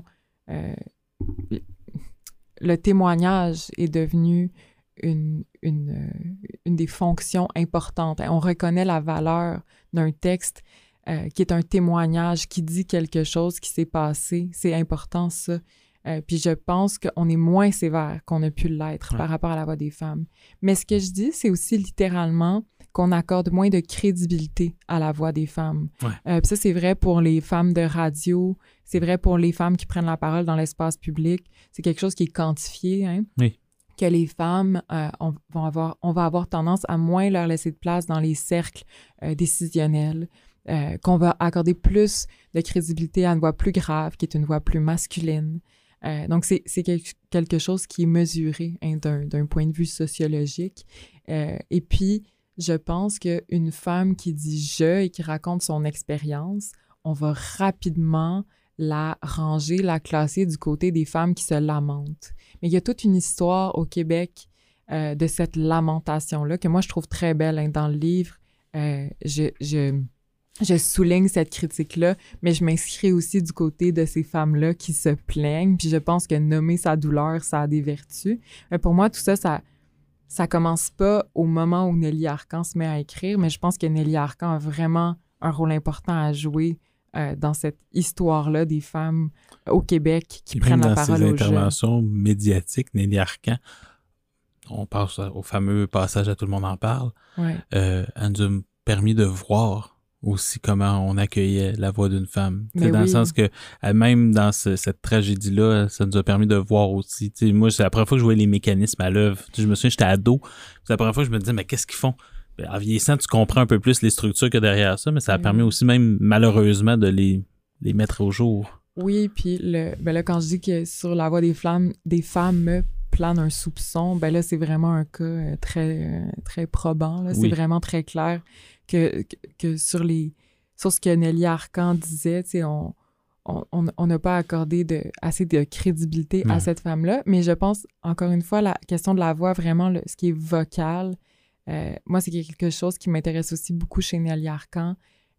le témoignage est devenu une des fonctions importantes. On reconnaît la valeur d'un texte qui est un témoignage, qui dit quelque chose qui s'est passé. C'est important, ça. Puis je pense qu'on est moins sévère qu'on a pu l'être par rapport à la voix des femmes. Mais ce que je dis, c'est aussi littéralement qu'on accorde moins de crédibilité à la voix des femmes. Puis ça, c'est vrai pour les femmes de radio, c'est vrai pour les femmes qui prennent la parole dans l'espace public. C'est quelque chose qui est quantifié, hein? Oui. Que les femmes, on va avoir tendance à moins leur laisser de place dans les cercles décisionnels, qu'on va accorder plus de crédibilité à une voix plus grave, qui est une voix plus masculine. Donc, c'est quelque chose qui est mesuré hein, d'un point de vue sociologique. Et puis, je pense qu'une femme qui dit « je » et qui raconte son expérience, on va rapidement la ranger, la classer du côté des femmes qui se lamentent. Mais il y a toute une histoire au Québec de cette lamentation-là que moi, je trouve très belle hein, dans le livre. Je souligne cette critique-là, mais je m'inscris aussi du côté de ces femmes-là qui se plaignent. Puis je pense que nommer sa douleur, ça a des vertus. Mais pour moi, tout ça, ça commence pas au moment où Nelly Arcan se met à écrire, mais je pense que Nelly Arcan a vraiment un rôle important à jouer dans cette histoire-là des femmes au Québec qui prennent la parole aux jeunes. Dans ses interventions médiatiques, Nelly Arcan, on passe au fameux passage à Tout le monde en parle, ouais. Elle nous a permis de voir aussi comment on accueillait la voix d'une femme. Dans le sens que, même dans cette tragédie-là, ça nous a permis de voir aussi. Moi, c'est la première fois que je voyais les mécanismes à l'œuvre. Je me souviens, j'étais ado. C'est la première fois que je me disais, mais qu'est-ce qu'ils font? En vieillissant, tu comprends un peu plus les structures qu'il y a derrière ça, mais ça a permis aussi même, malheureusement, de les mettre au jour. Oui, puis là, quand je dis que sur la voix des femmes plane un soupçon, ben là, c'est vraiment un cas très, très probant. Là. C'est vraiment très clair que sur ce que Nelly Arcan disait, on n'a pas accordé assez de crédibilité à cette femme-là. Mais je pense, encore une fois, la question de la voix, vraiment, ce qui est vocal, moi, c'est quelque chose qui m'intéresse aussi beaucoup chez Nelly Arcan.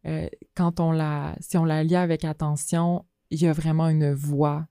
Si on la lit avec attention, il y a vraiment une voix.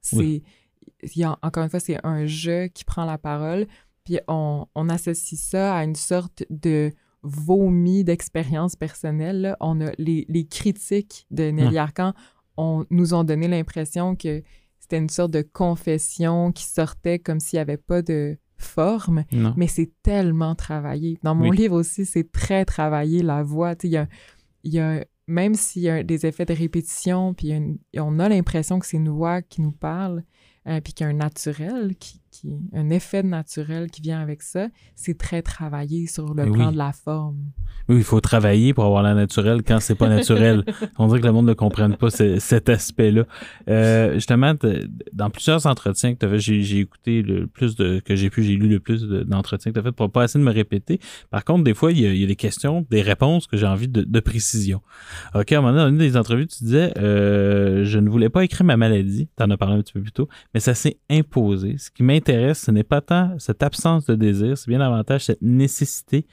Encore une fois, c'est un « je » qui prend la parole, puis on associe ça à une sorte de vomi d'expérience personnelle. Là. On a les critiques de Nelly Arcan nous ont donné l'impression que c'était une sorte de confession qui sortait comme s'il n'y avait pas de forme, mais c'est tellement travaillé. Dans mon livre aussi, c'est très travaillé, la voix. Il y a même s'il y a des effets de répétition, puis on a l'impression que c'est une voix qui nous parle, puis qu'il y a un naturel, un effet naturel qui vient avec ça, c'est très travaillé sur le plan de la forme. Oui, il faut travailler pour avoir l'air naturel quand c'est pas naturel. On dirait que le monde ne comprenne pas cet aspect-là. Justement, dans plusieurs entretiens que tu as fait, j'ai écouté le plus que j'ai pu, j'ai lu le plus d'entretiens que tu as fait pour pas essayer de me répéter. Par contre, des fois, il y a des questions, des réponses que j'ai envie de précision. OK, à un moment donné, dans une des entrevues, tu disais je ne voulais pas écrire ma maladie, tu en as parlé un petit peu plus tôt, mais ça s'est imposé. Ce qui m'intéresse, ce n'est pas tant cette absence de désir, c'est bien davantage cette nécessité.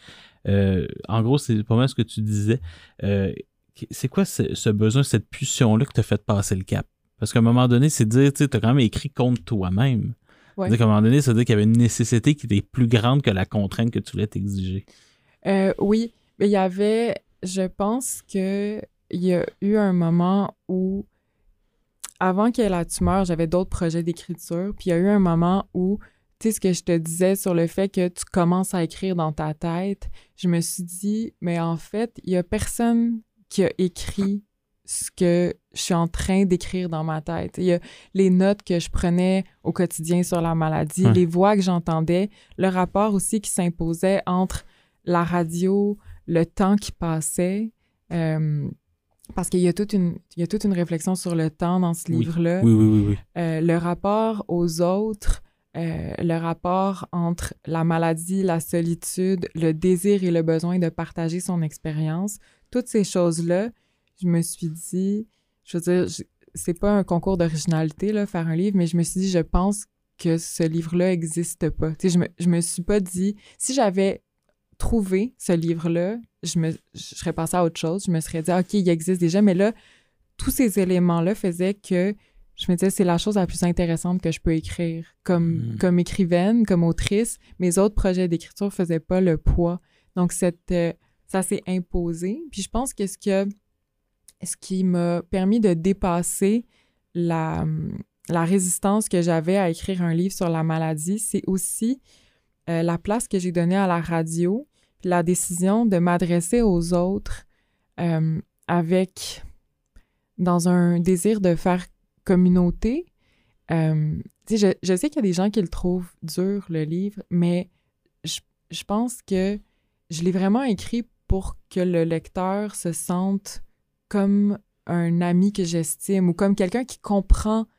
En gros, c'est pas mal ce que tu disais. C'est quoi ce besoin, cette pulsion-là qui t'a fait passer le cap? Parce qu'à un moment donné, c'est de dire, tu as quand même écrit contre toi-même. Ouais. C'est-à-dire qu'à un moment donné, ça veut dire qu'il y avait une nécessité qui était plus grande que la contrainte que tu voulais t'exiger. Oui, mais il y avait, je pense qu'il y a eu un moment où, avant qu'il y ait la tumeur, j'avais d'autres projets d'écriture, puis il y a eu un moment où, tu sais, ce que je te disais sur le fait que tu commences à écrire dans ta tête, je me suis dit, mais en fait, il y a personne qui a écrit ce que je suis en train d'écrire dans ma tête. Il y a les notes que je prenais au quotidien sur la maladie, les voix que j'entendais, le rapport aussi qui s'imposait entre la radio, le temps qui passait, parce qu'il y a toute une réflexion sur le temps dans ce livre-là. Oui. Le rapport aux autres, le rapport entre la maladie, la solitude, le désir et le besoin de partager son expérience, toutes ces choses-là, je me suis dit, je veux dire, c'est pas un concours d'originalité, là, faire un livre, mais je me suis dit, je pense que ce livre-là n'existe pas. Tu sais, je me suis pas dit, si j'avais trouvé ce livre-là, je serais passée à autre chose, je me serais dit, OK, il existe déjà, mais là, tous ces éléments-là faisaient que je me disais, c'est la chose la plus intéressante que je peux écrire. Comme écrivaine, comme autrice, mes autres projets d'écriture ne faisaient pas le poids. Donc, ça s'est imposé. Puis je pense que ce qui m'a permis de dépasser la résistance que j'avais à écrire un livre sur la maladie, c'est aussi la place que j'ai donnée à la radio, puis la décision de m'adresser aux autres dans un désir de faire communauté. Tu sais, je sais qu'il y a des gens qui le trouvent dur, le livre, mais je pense que je l'ai vraiment écrit pour que le lecteur se sente comme un ami que j'estime ou comme quelqu'un qui comprend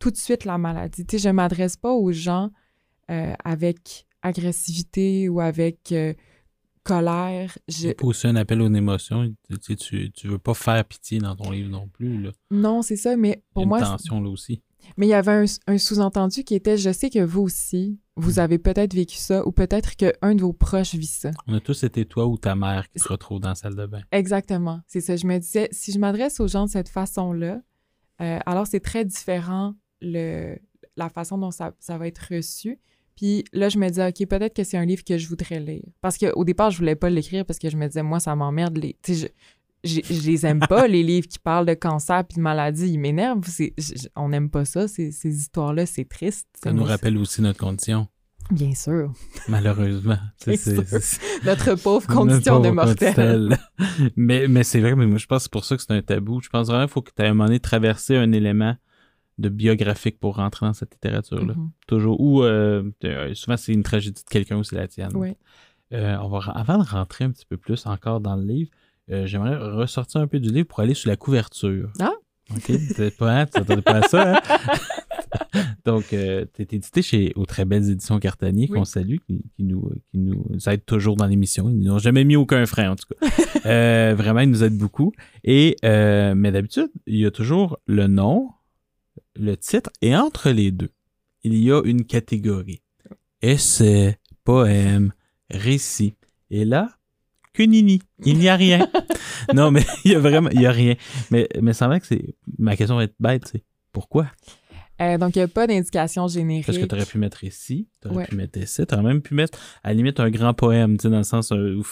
tout de suite la maladie. Tu sais, je m'adresse pas aux gens avec agressivité ou avec colère. C'est pas aussi un appel aux émotions. Tu veux pas faire pitié dans ton livre non plus, là. Non, c'est ça, mais pour moi... Il y a une tension là aussi. Mais il y avait un sous-entendu qui était, je sais que vous aussi, vous avez peut-être vécu ça ou peut-être qu'un de vos proches vit ça. On a tous été toi ou ta mère qui se retrouve dans la salle de bain. Exactement, c'est ça. Je me disais, si je m'adresse aux gens de cette façon-là, alors c'est très différent la façon dont ça va être reçu. Puis là, je me disais, OK, peut-être que c'est un livre que je voudrais lire. Parce qu'au départ, je voulais pas l'écrire parce que je me disais, moi, ça m'emmerde. Tu sais, je les aime pas, les livres qui parlent de cancer puis de maladie. Ils m'énervent. On n'aime pas ça, ces histoires-là. C'est triste. Ça nous rappelle aussi notre condition. Bien sûr. Malheureusement. C'est notre pauvre condition de mortel. mais c'est vrai, mais moi, je pense que c'est pour ça que c'est un tabou. Je pense vraiment qu'il faut que tu aies à un moment donné traversé un élément de biographique pour rentrer dans cette littérature-là. Toujours. Ou souvent, c'est une tragédie de quelqu'un ou c'est la tienne. Oui. Avant de rentrer un petit peu plus encore dans le livre, j'aimerais ressortir un peu du livre pour aller sur la couverture. Ah! OK? Tu t'attendais pas à ça, hein? Donc, tu es édité aux Très Belles Éditions Cartanier, qu'on salue, qui nous aident toujours dans l'émission. Ils n'ont jamais mis aucun frein, en tout cas. Vraiment, ils nous aident beaucoup. Mais d'habitude, il y a toujours le nom, le titre, et entre les deux, il y a une catégorie. Essai, poème, récit. Et là, que nini, il n'y a rien. Non, mais il y a rien. Mais ça va que ma question va être bête, c'est pourquoi? Donc, il n'y a pas d'indication générique. Parce que tu aurais pu mettre récit, tu aurais pu mettre essai, tu aurais même pu mettre, à la limite, un grand poème, tu sais, dans le sens où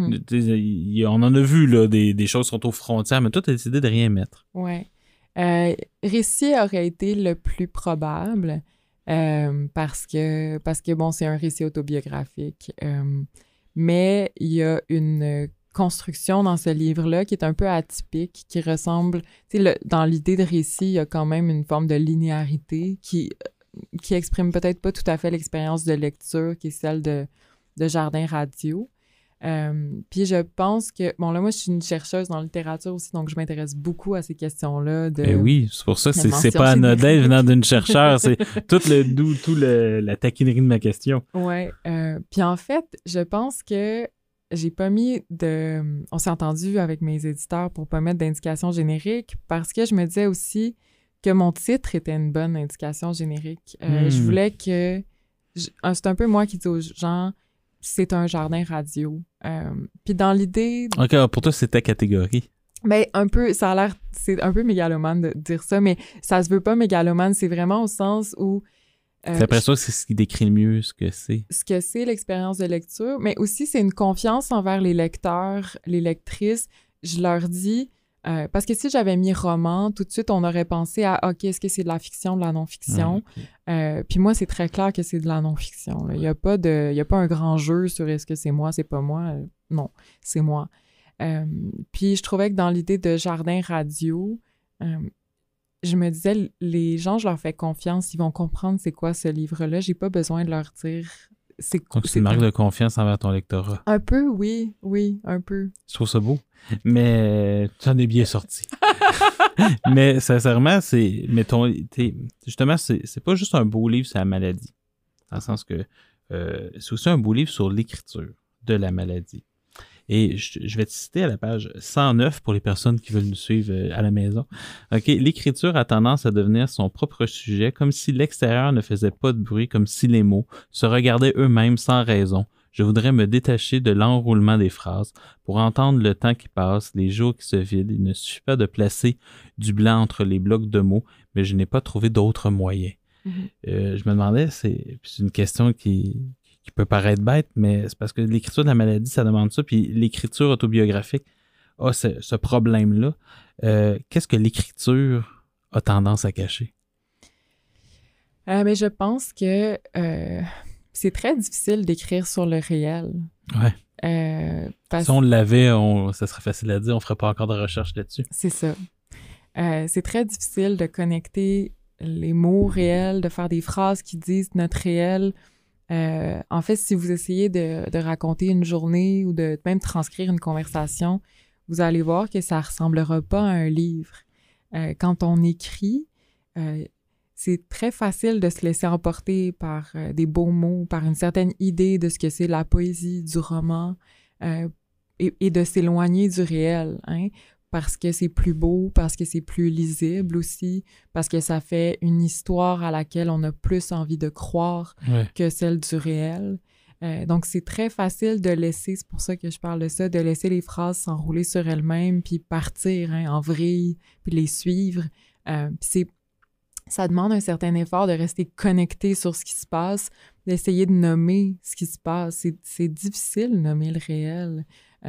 on en a vu, là, des choses qui sont aux frontières, mais toi, tu as décidé de rien mettre. Oui. Récit aurait été le plus probable parce que, bon, c'est un récit autobiographique. Mais il y a une construction dans ce livre-là qui est un peu atypique, qui ressemble... Tu sais, dans l'idée de récit, il y a quand même une forme de linéarité qui exprime peut-être pas tout à fait l'expérience de lecture qui est celle de Jardin Radio. Puis je pense que... Bon, là, moi, je suis une chercheuse dans la littérature aussi, donc je m'intéresse beaucoup à ces questions-là. Oui, c'est pour ça que c'est pas anodin venant d'une chercheure. C'est tout la taquinerie de ma question. Oui. Puis en fait, je pense que j'ai pas mis de... On s'est entendu avec mes éditeurs pour pas mettre d'indication générique parce que je me disais aussi que mon titre était une bonne indication générique. Je voulais que... C'est un peu moi qui dis aux gens... C'est un jardin radio. Puis dans l'idée... OK, pour toi, c'est ta catégorie. Mais un peu, ça a l'air... C'est un peu mégalomane de dire ça, mais ça se veut pas mégalomane. C'est vraiment au sens où... J'ai l'impression que c'est ce qui décrit le mieux ce que c'est. Ce que c'est l'expérience de lecture, mais aussi c'est une confiance envers les lecteurs, les lectrices. Je leur dis... parce que si j'avais mis roman, tout de suite, on aurait pensé à « OK, est-ce que c'est de la fiction, de la non-fiction? Okay. » Puis moi, c'est très clair que c'est de la non-fiction. Il n'y a pas un grand jeu sur « est-ce que c'est moi, c'est pas moi? » Non, c'est moi. Puis je trouvais que dans l'idée de Jardin Radio, je me disais, les gens, je leur fais confiance, ils vont comprendre c'est quoi ce livre-là. J'ai pas besoin de leur dire... Donc, c'est une marque de confiance envers ton lectorat. Un peu, oui, un peu. Je trouve ça beau, mais tu en es bien sorti. Mais sincèrement, justement, c'est pas juste un beau livre sur la maladie, dans le sens que c'est aussi un beau livre sur l'écriture de la maladie. Et je vais te citer à la page 109 pour les personnes qui veulent nous suivre à la maison. OK, l'écriture a tendance à devenir son propre sujet, comme si l'extérieur ne faisait pas de bruit, comme si les mots se regardaient eux-mêmes sans raison. Je voudrais me détacher de l'enroulement des phrases pour entendre le temps qui passe, les jours qui se vident. Il ne suffit pas de placer du blanc entre les blocs de mots, mais je n'ai pas trouvé d'autre moyen. Je me demandais, c'est une question qui peut paraître bête, mais c'est parce que l'écriture de la maladie, ça demande ça, puis l'écriture autobiographique a ce problème-là. Qu'est-ce que l'écriture a tendance à cacher? Mais je pense que c'est très difficile d'écrire sur le réel. Ouais. Si on l'avait, ça serait facile à dire, on ne ferait pas encore de recherche là-dessus. C'est ça. C'est très difficile de connecter les mots réels, de faire des phrases qui disent notre réel. En fait, si vous essayez de raconter une journée ou de même transcrire une conversation, vous allez voir que ça ressemblera pas à un livre. Quand on écrit, c'est très facile de se laisser emporter par des beaux mots, par une certaine idée de ce que c'est la poésie, du roman, et de s'éloigner du réel, hein, parce que c'est plus beau, parce que c'est plus lisible aussi, parce que ça fait une histoire à laquelle on a plus envie de croire que celle du réel. Donc, c'est très facile de laisser, c'est pour ça que je parle de ça, de laisser les phrases s'enrouler sur elles-mêmes, puis partir en vrille, puis les suivre. Puis ça demande un certain effort de rester connecté sur ce qui se passe, d'essayer de nommer ce qui se passe. C'est difficile de nommer le réel.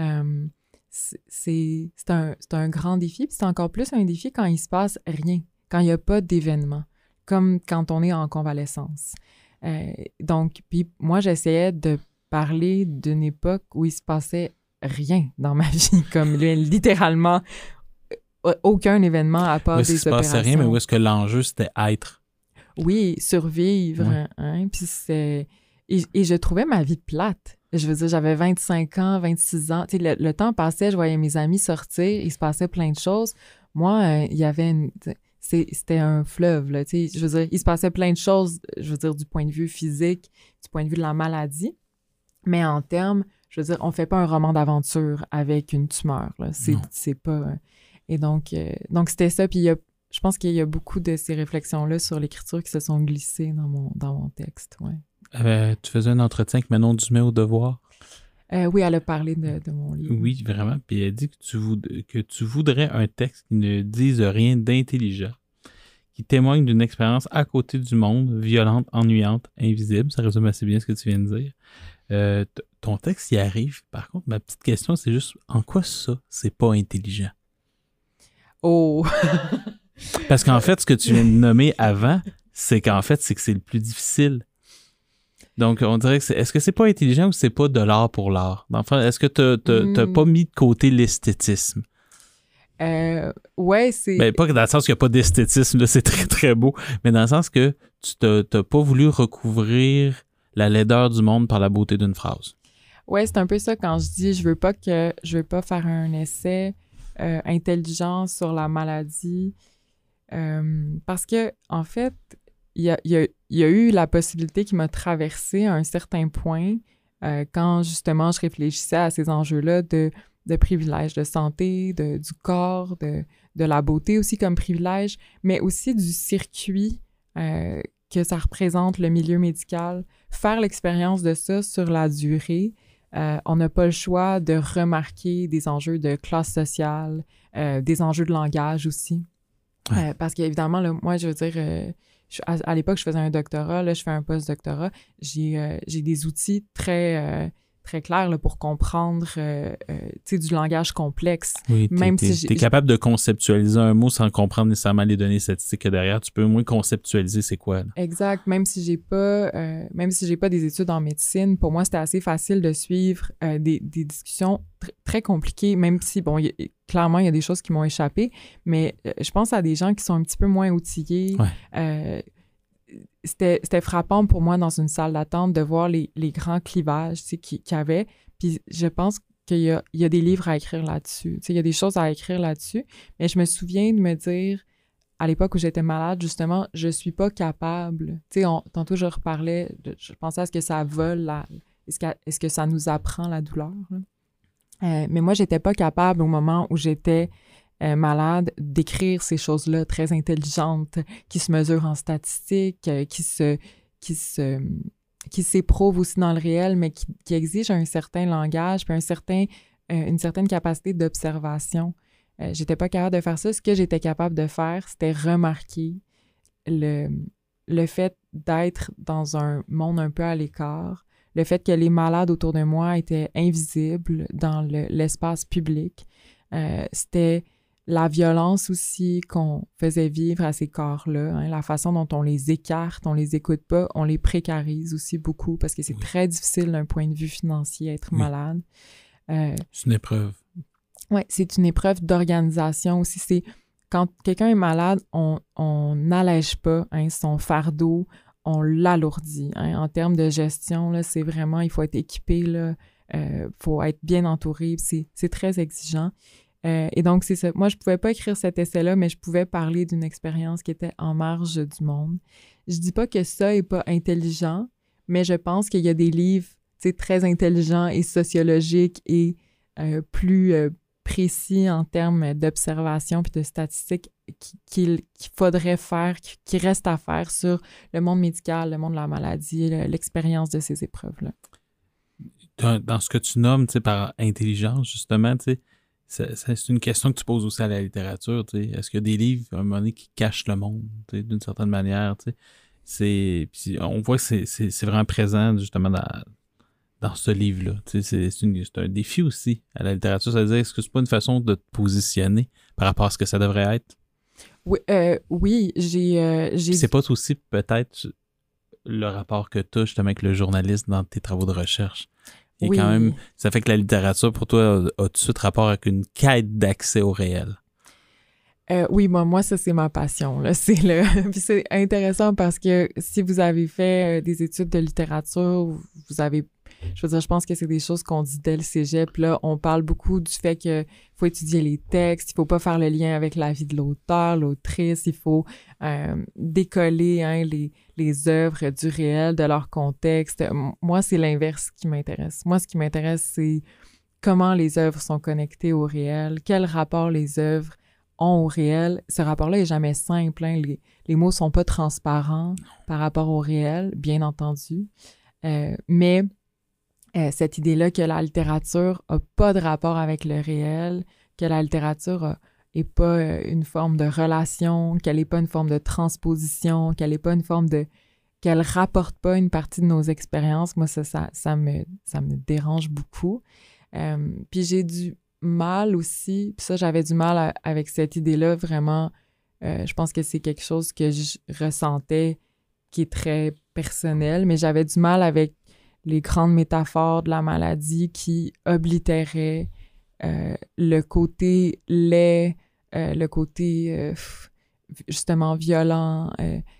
C'est un grand défi, puis c'est encore plus un défi quand il se passe rien, quand il n'y a pas d'événement, comme quand on est en convalescence. Donc, puis moi, j'essayais de parler d'une époque où il se passait rien dans ma vie, comme littéralement aucun événement à part des opérations. Il se passait rien, mais où est-ce que l'enjeu, c'était être? Oui, survivre. Hein, puis et je trouvais ma vie plate. Je veux dire, j'avais 25 ans, 26 ans. Tu sais, le temps passait, je voyais mes amis sortir, il se passait plein de choses. Moi, il y avait c'était un fleuve, là, tu sais. Je veux dire, il se passait plein de choses, je veux dire, du point de vue physique, du point de vue de la maladie. Mais en termes, je veux dire, on fait pas un roman d'aventure avec une tumeur, là. C'est pas... Et donc c'était ça. Puis je pense qu'il y a beaucoup de ces réflexions-là sur l'écriture qui se sont glissées dans mon texte, ouais. Tu faisais un entretien avec Manon Dumais au Devoir? Oui, elle a parlé de mon livre. Oui, vraiment. Puis elle dit que tu voudrais un texte qui ne dise rien d'intelligent, qui témoigne d'une expérience à côté du monde, violente, ennuyante, invisible. Ça résume assez bien ce que tu viens de dire. Ton texte y arrive. Par contre, ma petite question, c'est juste, en quoi ça, c'est pas intelligent? Oh! Parce qu'en fait, ce que tu viens de nommer avant, c'est que c'est le plus difficile. Donc, on dirait que est-ce que c'est pas intelligent ou c'est pas de l'art pour l'art? Dans le fond, est-ce que t'as pas mis de côté l'esthétisme? Ouais, c'est... Ben, pas dans le sens qu'il n'y a pas d'esthétisme, là, c'est très, très beau, mais dans le sens que tu t'as pas voulu recouvrir la laideur du monde par la beauté d'une phrase. Ouais, c'est un peu ça quand je dis je veux pas faire un essai intelligent sur la maladie, parce que, en fait, il y a eu la possibilité qui m'a traversée à un certain point quand, justement, je réfléchissais à ces enjeux-là de privilèges de santé, du corps, de la beauté aussi comme privilège, mais aussi du circuit que ça représente, le milieu médical. Faire l'expérience de ça sur la durée, on n'a pas le choix de remarquer des enjeux de classe sociale, des enjeux de langage aussi. Parce qu'évidemment, là, moi, je veux dire... à l'époque, je faisais un doctorat, là, je fais un post-doctorat. J'ai des outils très clairs là, pour comprendre du langage complexe. Oui, même t'es capable de conceptualiser un mot sans comprendre nécessairement les données statistiques que derrière. Tu peux au moins conceptualiser c'est quoi. Là. Exact. Même si j'ai pas des études en médecine, pour moi, c'était assez facile de suivre des discussions très compliquées, même si, bon, clairement, il y a des choses qui m'ont échappé, mais je pense à des gens qui sont un petit peu moins outillés. Ouais. C'était frappant pour moi dans une salle d'attente de voir les grands clivages qu'il y avait. Puis je pense qu'il y a des livres à écrire là-dessus. Il y a des choses à écrire là-dessus. Mais je me souviens de me dire, à l'époque où j'étais malade, justement, je suis pas capable. Tantôt, je reparlais, je pensais à ce que ça vole, est-ce que ça nous apprend la douleur? Mais moi, j'étais pas capable au moment où j'étais malade d'écrire ces choses-là très intelligentes qui se mesurent en statistiques, qui s'éprouvent aussi dans le réel, mais qui exigent un certain langage puis une certaine capacité d'observation. J'étais pas capable de faire ça. Ce que j'étais capable de faire, c'était remarquer le fait d'être dans un monde un peu à l'écart, le fait que les malades autour de moi étaient invisibles dans l'espace public. C'était la violence aussi qu'on faisait vivre à ces corps-là, la façon dont on les écarte, on les écoute pas, on les précarise aussi beaucoup parce que c'est très difficile d'un point de vue financier être malade. C'est une épreuve. Oui, c'est une épreuve d'organisation aussi. C'est quand quelqu'un est malade, on n'allège pas son fardeau, on l'alourdit. En termes de gestion, là, c'est vraiment, il faut être équipé, il faut être bien entouré, c'est très exigeant. Et donc, c'est ça. Moi, je pouvais pas écrire cet essai-là, mais je pouvais parler d'une expérience qui était en marge du monde. Je dis pas que ça est pas intelligent, mais je pense qu'il y a des livres, tu sais, très intelligents et sociologiques et plus précis en termes d'observation puis de statistiques qu'il faudrait faire, qui reste à faire sur le monde médical, le monde de la maladie, l'expérience de ces épreuves-là. Dans ce que tu nommes, tu sais, par intelligence, justement, tu sais, c'est une question que tu poses aussi à la littérature, tu sais. Est-ce qu'il y a des livres, à un moment donné, qui cachent le monde, tu sais, d'une certaine manière, tu sais? Puis on voit que c'est vraiment présent, justement, dans ce livre-là. Tu sais, c'est un défi aussi à la littérature. Ça veut dire, est-ce que c'est pas une façon de te positionner par rapport à ce que ça devrait être? Oui, j'ai... C'est pas aussi peut-être le rapport que tu as justement avec le journaliste dans tes travaux de recherche. Et oui. quand même, ça fait que la littérature, pour toi, a tout de suite rapport avec une quête d'accès au réel. Oui, moi, ça, c'est ma passion, là. Puis c'est intéressant parce que si vous avez fait des études de littérature, vous avez... Je veux dire, je pense que c'est des choses qu'on dit dès le cégep. Là, on parle beaucoup du fait qu'il faut étudier les textes, il faut pas faire le lien avec la vie de l'auteur, l'autrice, il faut décoller les œuvres du réel, de leur contexte. Moi, c'est l'inverse qui m'intéresse. Moi, ce qui m'intéresse, c'est comment les œuvres sont connectées au réel, quel rapport les œuvres ont au réel. Ce rapport-là est jamais simple, hein. Les mots sont pas transparents par rapport au réel, bien entendu. Mais cette idée-là que la littérature a pas de rapport avec le réel, que la littérature est pas une forme de relation, qu'elle est pas une forme de transposition, qu'elle est pas une forme de... qu'elle rapporte pas une partie de nos expériences, moi, ça me dérange beaucoup. Puis j'ai du mal aussi, puis ça, j'avais du mal avec cette idée-là, vraiment. Je pense que c'est quelque chose que je ressentais qui est très personnel, mais j'avais du mal avec les grandes métaphores de la maladie qui oblitéraient le côté laid, le côté justement violent,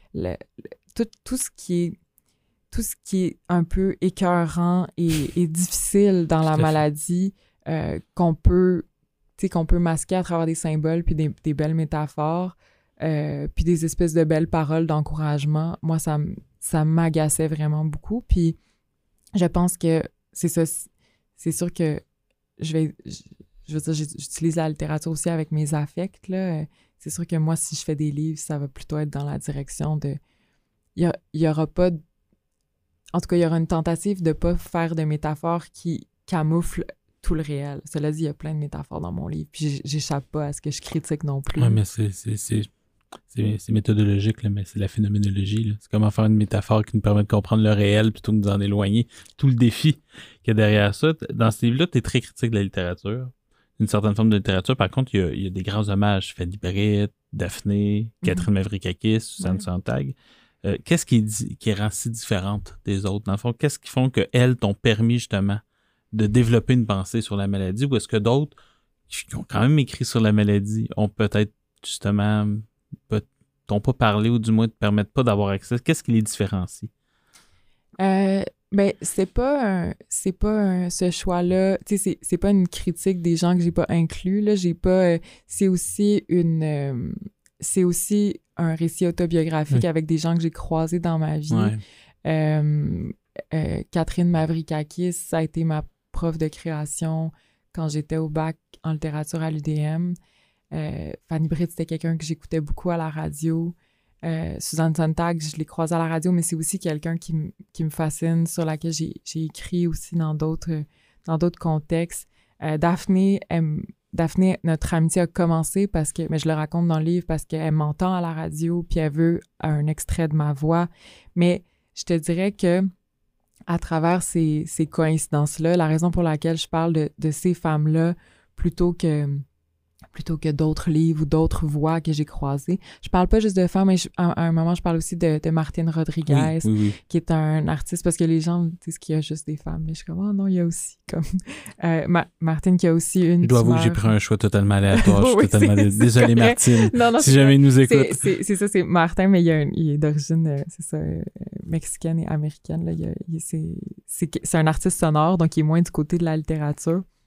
tout ce qui est un peu écœurant et difficile dans la maladie, qu'on peut masquer à travers des symboles puis des belles métaphores, puis des espèces de belles paroles d'encouragement. Moi, ça m'agaçait vraiment beaucoup. Puis je pense que c'est ça. C'est sûr que je veux dire, j'utilise la littérature aussi avec mes affects, là. C'est sûr que moi, si je fais des livres, ça va plutôt être dans la direction de... Il y aura pas... En tout cas, il y aura une tentative de pas faire de métaphores qui camouflent tout le réel. Cela dit, il y a plein de métaphores dans mon livre, puis j'échappe pas à ce que je critique non plus. Oui, mais c'est méthodologique, là, mais c'est la phénoménologie, là. C'est comment faire une métaphore qui nous permet de comprendre le réel plutôt que de nous en éloigner. Tout le défi qu'il y a derrière ça. Dans ce livre-là, tu es très critique de la littérature, une certaine forme de littérature. Par contre, il y a des grands hommages. Fanny Britt, Daphné, Catherine Mavroukakis, Suzanne Sontag. Qu'est-ce qui rend si différente des autres? Dans le fond, qu'est-ce qui font qu'elles t'ont permis justement de développer une pensée sur la maladie, ou est-ce que d'autres qui ont quand même écrit sur la maladie ont peut-être justement t'ont pas parlé, ou du moins te permettent pas d'avoir accès? Qu'est-ce qui les différencie? Ben, c'est pas ce choix-là, tu sais, c'est pas une critique des gens que j'ai pas inclus, là, j'ai pas... c'est aussi un récit autobiographique avec des gens que j'ai croisés dans ma vie. Ouais. Catherine Mavroukakis, ça a été ma prof de création quand j'étais au bac en littérature à l'UDM. Fanny Britt, c'était quelqu'un que j'écoutais beaucoup à la radio. Suzanne Sontag, je l'ai croisée à la radio, mais c'est aussi quelqu'un qui me fascine, sur laquelle j'ai écrit aussi dans d'autres contextes. Daphné, notre amitié a commencé mais je le raconte dans le livre, parce qu'elle m'entend à la radio, puis elle veut un extrait de ma voix. Mais je te dirais que à travers ces coïncidences-là, la raison pour laquelle je parle de ces femmes-là plutôt que d'autres livres ou d'autres voix que j'ai croisées. Je parle pas juste de femmes, mais à un moment, je parle aussi de Martine Rodriguez, oui. Qui est un artiste, parce que les gens disent qu'il y a juste des femmes, mais je suis comme, oh non, il y a aussi comme... Martine qui a aussi une... Je dois avouer que j'ai pris un choix totalement aléatoire. Je suis totalement désolé, Martine, non, si jamais il nous écoute. C'est ça, c'est Martin, mais il est d'origine, c'est ça, mexicaine et américaine. Là. C'est un artiste sonore, donc il est moins du côté de la littérature.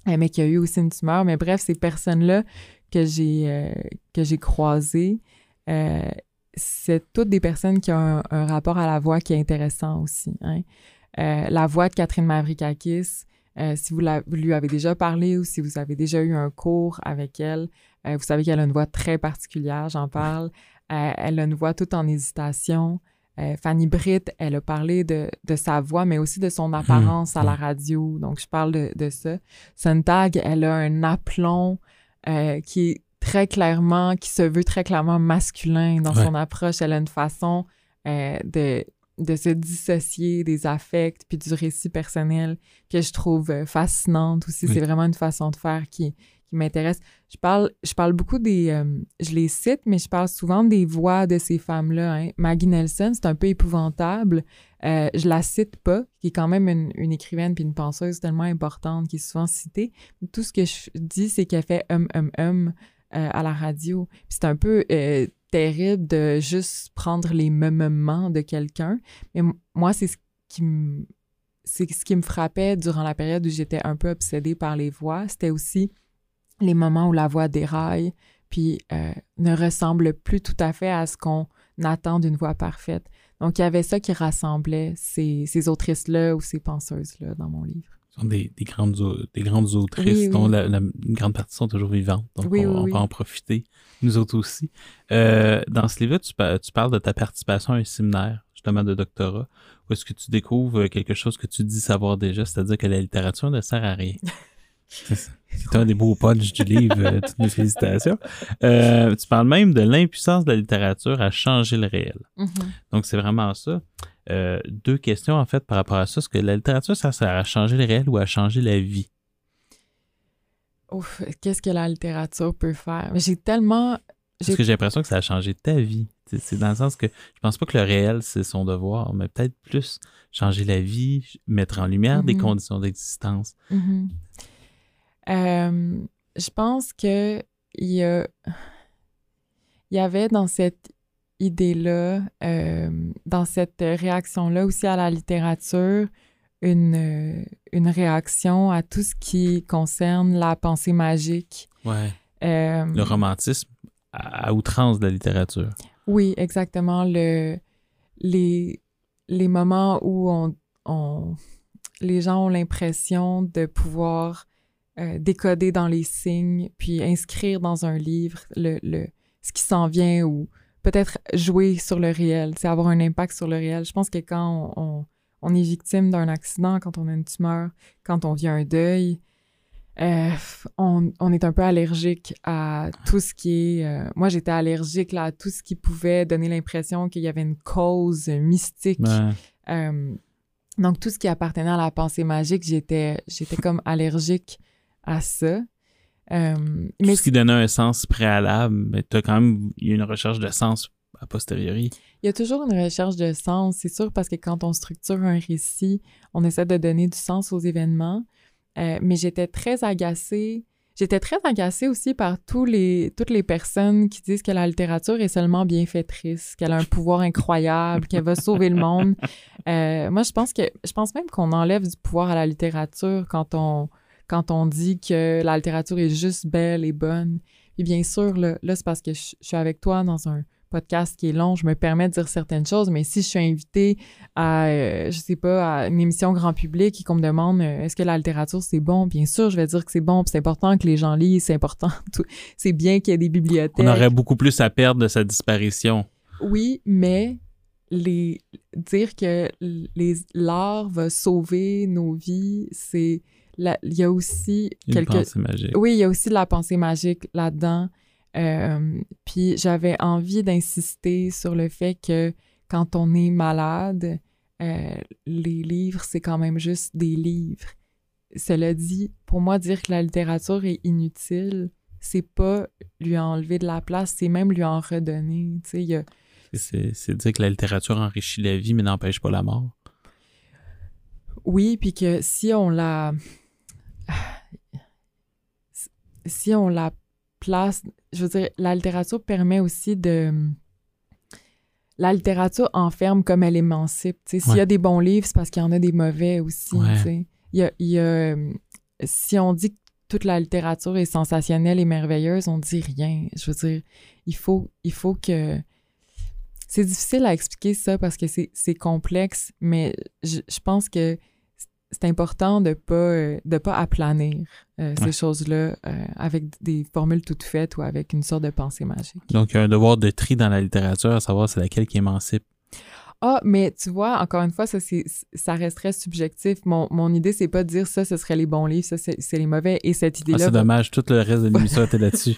mais qui a eu aussi une tumeur. Mais bref, ces personnes-là que j'ai croisées, c'est toutes des personnes qui ont un rapport à la voix qui est intéressant aussi. Hein? La voix de Catherine Mavrikakis, si vous lui avez déjà parlé ou si vous avez déjà eu un cours avec elle, vous savez qu'elle a une voix très particulière, j'en parle. Elle a une voix toute en hésitation. Fanny Britt, elle a parlé de sa voix, mais aussi de son apparence à la radio. Donc, je parle de ça. Sontag, elle a un aplomb qui est qui se veut très clairement masculin dans son approche. Elle a une façon de se dissocier des affects puis du récit personnel que je trouve fascinante aussi. C'est vraiment une façon de faire qui m'intéresse. Je parle beaucoup je les cite, mais je parle souvent des voix de ces femmes-là. Hein. Maggie Nelson, c'est un peu épouvantable. Je la cite pas, qui est quand même une écrivaine puis une penseuse tellement importante qui est souvent citée. Tout ce que je dis, c'est qu'elle fait à la radio. Puis c'est un peu terrible de juste prendre les moments de quelqu'un. Mais moi, c'est ce qui me frappait durant la période où j'étais un peu obsédée par les voix. C'était aussi les moments où la voix déraille puis ne ressemble plus tout à fait à ce qu'on attend d'une voix parfaite. Donc, il y avait ça qui rassemblait ces autrices-là ou ces penseuses-là dans mon livre. Ce sont des grandes autrices dont une grande partie sont toujours vivantes. Donc, on va en profiter, nous autres aussi. Dans ce livre-là, tu parles de ta participation à un séminaire, justement, de doctorat, où est-ce que tu découvres quelque chose que tu dis savoir déjà, c'est-à-dire que la littérature ne sert à rien. C'est un des beaux punchs du livre, toutes mes félicitations. Tu parles même de l'impuissance de la littérature à changer le réel. Donc, c'est vraiment ça. 2 questions, en fait, par rapport à ça. Est-ce que la littérature, ça sert à changer le réel ou à changer la vie? Ouf, qu'est-ce que la littérature peut faire? Parce que j'ai l'impression que ça a changé ta vie. C'est dans le sens que je pense pas que le réel, c'est son devoir, mais peut-être plus changer la vie, mettre en lumière des conditions d'existence. Je pense que il y avait dans cette idée-là, dans cette réaction-là aussi à la littérature, une réaction à tout ce qui concerne la pensée magique. Ouais. Le romantisme à outrance de la littérature. Oui, exactement. Les moments où les gens ont l'impression de pouvoir décoder dans les signes, puis inscrire dans un livre ce qui s'en vient ou peut-être jouer sur le réel, c'est avoir un impact sur le réel. Je pense que quand on est victime d'un accident, quand on a une tumeur, quand on vit un deuil, on est un peu allergique à tout ce qui est... moi, j'étais allergique là, à tout ce qui pouvait donner l'impression qu'il y avait une cause mystique. Donc, tout ce qui appartenait à la pensée magique, j'étais comme allergique à ça. Mais ce qui donnait un sens préalable, mais il y a une recherche de sens a posteriori. Il y a toujours une recherche de sens, c'est sûr, parce que quand on structure un récit, on essaie de donner du sens aux événements. Mais j'étais très agacée aussi par toutes les personnes qui disent que la littérature est seulement bienfaitrice, qu'elle a un pouvoir incroyable, qu'elle va sauver le monde. Moi, je pense même qu'on enlève du pouvoir à la littérature quand on dit que la littérature est juste belle et bonne. Et bien sûr, là c'est parce que je suis avec toi dans un podcast qui est long, je me permets de dire certaines choses, mais si je suis invitée à, je sais pas, à une émission grand public et qu'on me demande est-ce que la littérature c'est bon, bien sûr, je vais dire que c'est bon, puis c'est important que les gens lisent, c'est important, c'est bien qu'il y ait des bibliothèques. On aurait beaucoup plus à perdre de sa disparition. Oui, mais dire que l'art va sauver nos vies, il y a aussi pensée magique. Oui, il y a aussi de la pensée magique là-dedans. Puis j'avais envie d'insister sur le fait que quand on est malade, les livres, c'est quand même juste des livres. Cela dit, pour moi, dire que la littérature est inutile, c'est pas lui enlever de la place, c'est même lui en redonner. Tu sais, c'est dire que la littérature enrichit la vie, mais n'empêche pas la mort. Oui, puis que si on la place, je veux dire, la littérature permet aussi la littérature enferme comme elle émancipe. Tu sais, s'il y a des bons livres, c'est parce qu'il y en a des mauvais aussi. Ouais. Tu sais. Si on dit toute la littérature est sensationnelle et merveilleuse, on dit rien. Je veux dire, il faut que... C'est difficile à expliquer ça parce que c'est complexe, mais je pense que c'est important de pas aplanir ces choses-là avec des formules toutes faites ou avec une sorte de pensée magique. Donc, il y a un devoir de tri dans la littérature, à savoir c'est laquelle qui émancipe. Ah, mais tu vois, encore une fois, ça resterait subjectif. Mon idée, c'est pas de dire ça, ce serait les bons livres, ça, c'est les mauvais. Et cette idée-là... c'est dommage, tout le reste de l'émission était là-dessus.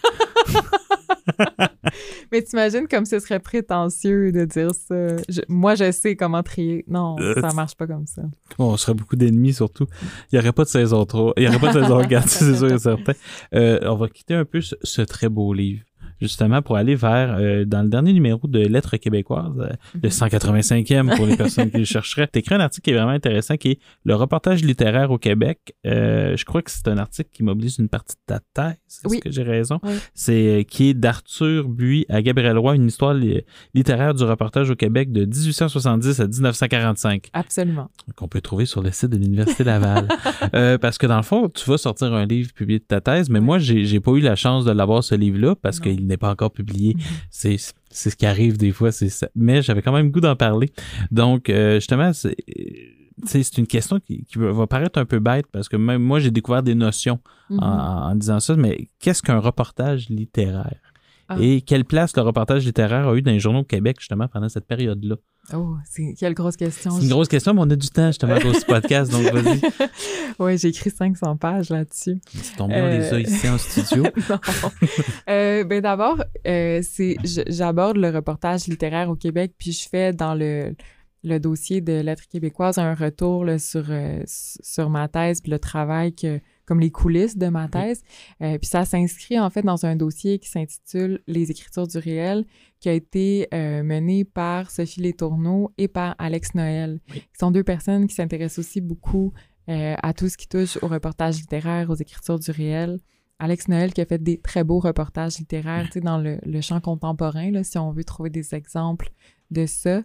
Mais t'imagines comme ce serait prétentieux de dire ça. Moi, je sais comment trier. Non, ça marche pas comme ça. On serait beaucoup d'ennemis, surtout. Il n'y aurait pas de saison 3. Il n'y aurait pas de saison 4, c'est sûr et certain. On va quitter un peu ce très beau livre, justement, pour aller vers, dans le dernier numéro de Lettres québécoises, le 185e pour les personnes qui le chercheraient. Tu écris un article qui est vraiment intéressant, qui est le reportage littéraire au Québec. Je crois que c'est un article qui mobilise une partie de ta thèse, est-ce que j'ai raison? Oui. C'est qui est d'Arthur Buis à Gabriel Roy, une histoire littéraire du reportage au Québec de 1870 à 1945. Absolument. Qu'on peut trouver sur le site de l'Université Laval. Parce que dans le fond, tu vas sortir un livre publié de ta thèse, mais moi, j'ai pas eu la chance de l'avoir, ce livre-là, parce qu'il n'est pas encore publié. C'est ce qui arrive des fois, c'est ça. Mais j'avais quand même le goût d'en parler. Donc, justement, c'est une question qui va paraître un peu bête, parce que même moi, j'ai découvert des notions en disant ça, mais qu'est-ce qu'un reportage littéraire? Et quelle place le reportage littéraire a eu dans les journaux au Québec, justement, pendant cette période-là? Oh, quelle grosse question. C'est une grosse question, mais on a du temps, justement, à cause du podcast, donc vas-y. Oui, j'ai écrit 500 pages là-dessus. C'est tombé, on les a ici en studio. Non. D'abord, j'aborde le reportage littéraire au Québec, puis je fais dans le dossier de Lettres québécoises un retour là, sur ma thèse, puis le travail comme les coulisses de ma thèse. Puis ça s'inscrit en fait dans un dossier qui s'intitule « Les écritures du réel », qui a été mené par Sophie Letourneau et par Alex Noël, qui sont deux personnes qui s'intéressent aussi beaucoup à tout ce qui touche au reportage littéraire, aux écritures du réel. Alex Noël qui a fait des très beaux reportages littéraires, tu sais, dans le champ contemporain, là, si on veut trouver des exemples de ça.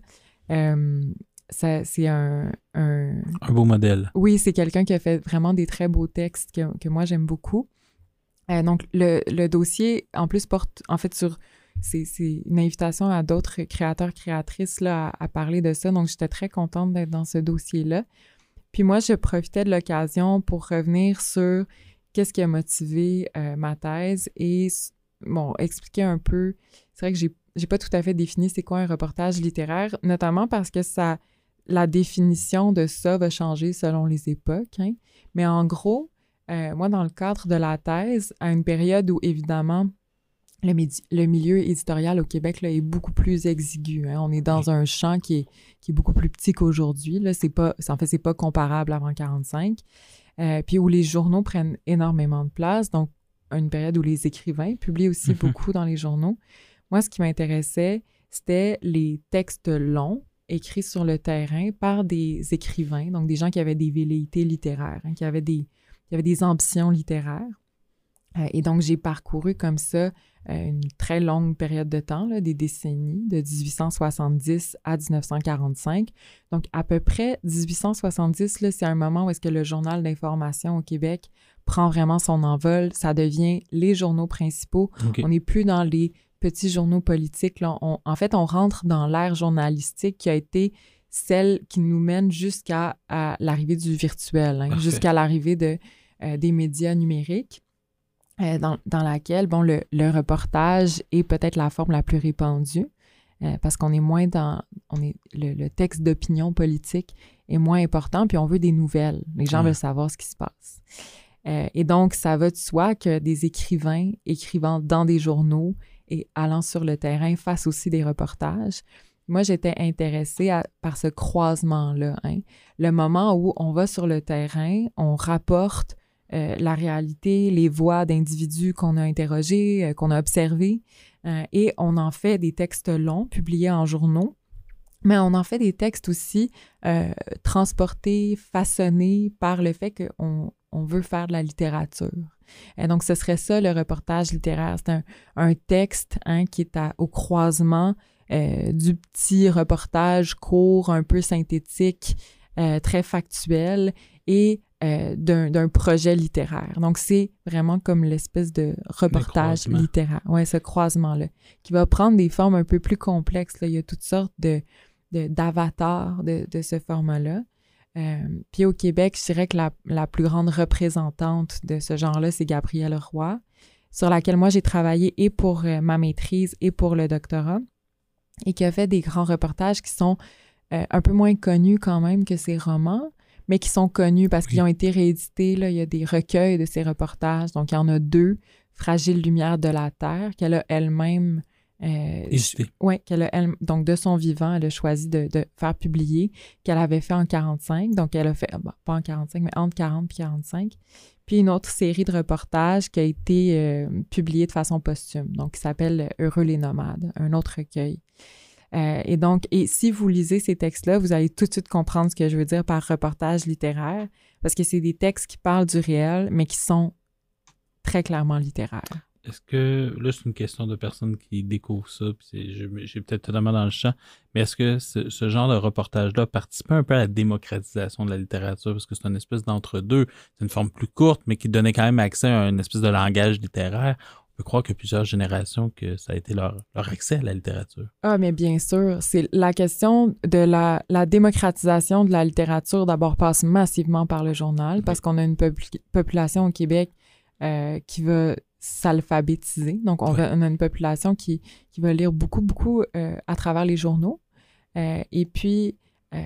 C'est un beau modèle. Oui, c'est quelqu'un qui a fait vraiment des très beaux textes que moi, j'aime beaucoup. Donc, le dossier, en plus, porte en fait sur... C'est une invitation à d'autres créateurs, créatrices là, à parler de ça. Donc, j'étais très contente d'être dans ce dossier-là. Puis moi, je profitais de l'occasion pour revenir sur qu'est-ce qui a motivé ma thèse et, bon, expliquer un peu... C'est vrai que j'ai pas tout à fait défini c'est quoi un reportage littéraire, notamment parce que la définition de ça va changer selon les époques. Hein. Mais en gros, moi, dans le cadre de la thèse, à une période où, évidemment, le milieu éditorial au Québec là, est beaucoup plus exigu. Hein. On est dans un champ qui est beaucoup plus petit qu'aujourd'hui. Là. C'est pas comparable avant 1945. Puis où les journaux prennent énormément de place. Donc, une période où les écrivains publient aussi beaucoup dans les journaux. Moi, ce qui m'intéressait, c'était les textes longs écrits sur le terrain par des écrivains, donc des gens qui avaient des velléités littéraires, hein, qui avaient des ambitions littéraires. Et donc, j'ai parcouru comme ça une très longue période de temps, là, des décennies, de 1870 à 1945. Donc, à peu près 1870, là, c'est un moment où est-ce que le journal d'information au Québec prend vraiment son envol. Ça devient les journaux principaux. Okay. On n'est plus dans les petits journaux politiques. Là. En fait, on rentre dans l'ère journalistique qui a été celle qui nous mène jusqu'à l'arrivée du virtuel, hein, jusqu'à l'arrivée des médias numériques. Dans laquelle, bon, le reportage est peut-être la forme la plus répandue parce qu'on est moins le texte d'opinion politique est moins important, puis on veut des nouvelles. Les gens veulent savoir ce qui se passe. Et donc, ça va de soi que des écrivains écrivant dans des journaux et allant sur le terrain fassent aussi des reportages. Moi, j'étais intéressée par ce croisement-là. Hein. Le moment où on va sur le terrain, on rapporte la réalité, les voix d'individus qu'on a interrogés, qu'on a observés, et on en fait des textes longs publiés en journaux, mais on en fait des textes aussi transportés, façonnés par le fait qu'on veut faire de la littérature. Et donc, ce serait ça, le reportage littéraire. C'est un texte hein, qui est au croisement du petit reportage court, un peu synthétique, très factuel, et d'un projet littéraire. Donc, c'est vraiment comme l'espèce de reportage littéraire. Ouais, ce croisement-là, qui va prendre des formes un peu plus complexes. Là. Il y a toutes sortes d'avatars de ce format-là. Puis au Québec, je dirais que la plus grande représentante de ce genre-là, c'est Gabrielle Roy, sur laquelle moi, j'ai travaillé et pour ma maîtrise et pour le doctorat, et qui a fait des grands reportages qui sont un peu moins connus quand même que ses romans, mais qui sont connus parce qu'ils ont été réédités. Là, il y a des recueils de ces reportages. Donc, il y en a 2, Fragile lumière de la Terre, qu'elle a elle-même... donc de son vivant, elle a choisi de faire publier, qu'elle avait fait en 45. Donc, elle a fait, pas en 45, mais entre 40 et 45. Puis une autre série de reportages qui a été publiée de façon posthume, donc qui s'appelle « Heureux les nomades », un autre recueil. Et si vous lisez ces textes-là, vous allez tout de suite comprendre ce que je veux dire par reportage littéraire, parce que c'est des textes qui parlent du réel, mais qui sont très clairement littéraires. Est-ce que, là, c'est une question de personnes qui découvrent ça, puis j'ai peut-être totalement dans le champ, mais est-ce que ce genre de reportage-là participe un peu à la démocratisation de la littérature, parce que c'est une espèce d'entre-deux, c'est une forme plus courte, mais qui donnait quand même accès à une espèce de langage littéraire. On peut croire que plusieurs générations, que ça a été leur accès à la littérature. Ah, mais bien sûr, c'est la question de la démocratisation de la littérature, d'abord, passe massivement par le journal, parce qu'on a une population au Québec qui va s'alphabétiser. Donc, on a une population qui va lire beaucoup à travers les journaux. Et puis,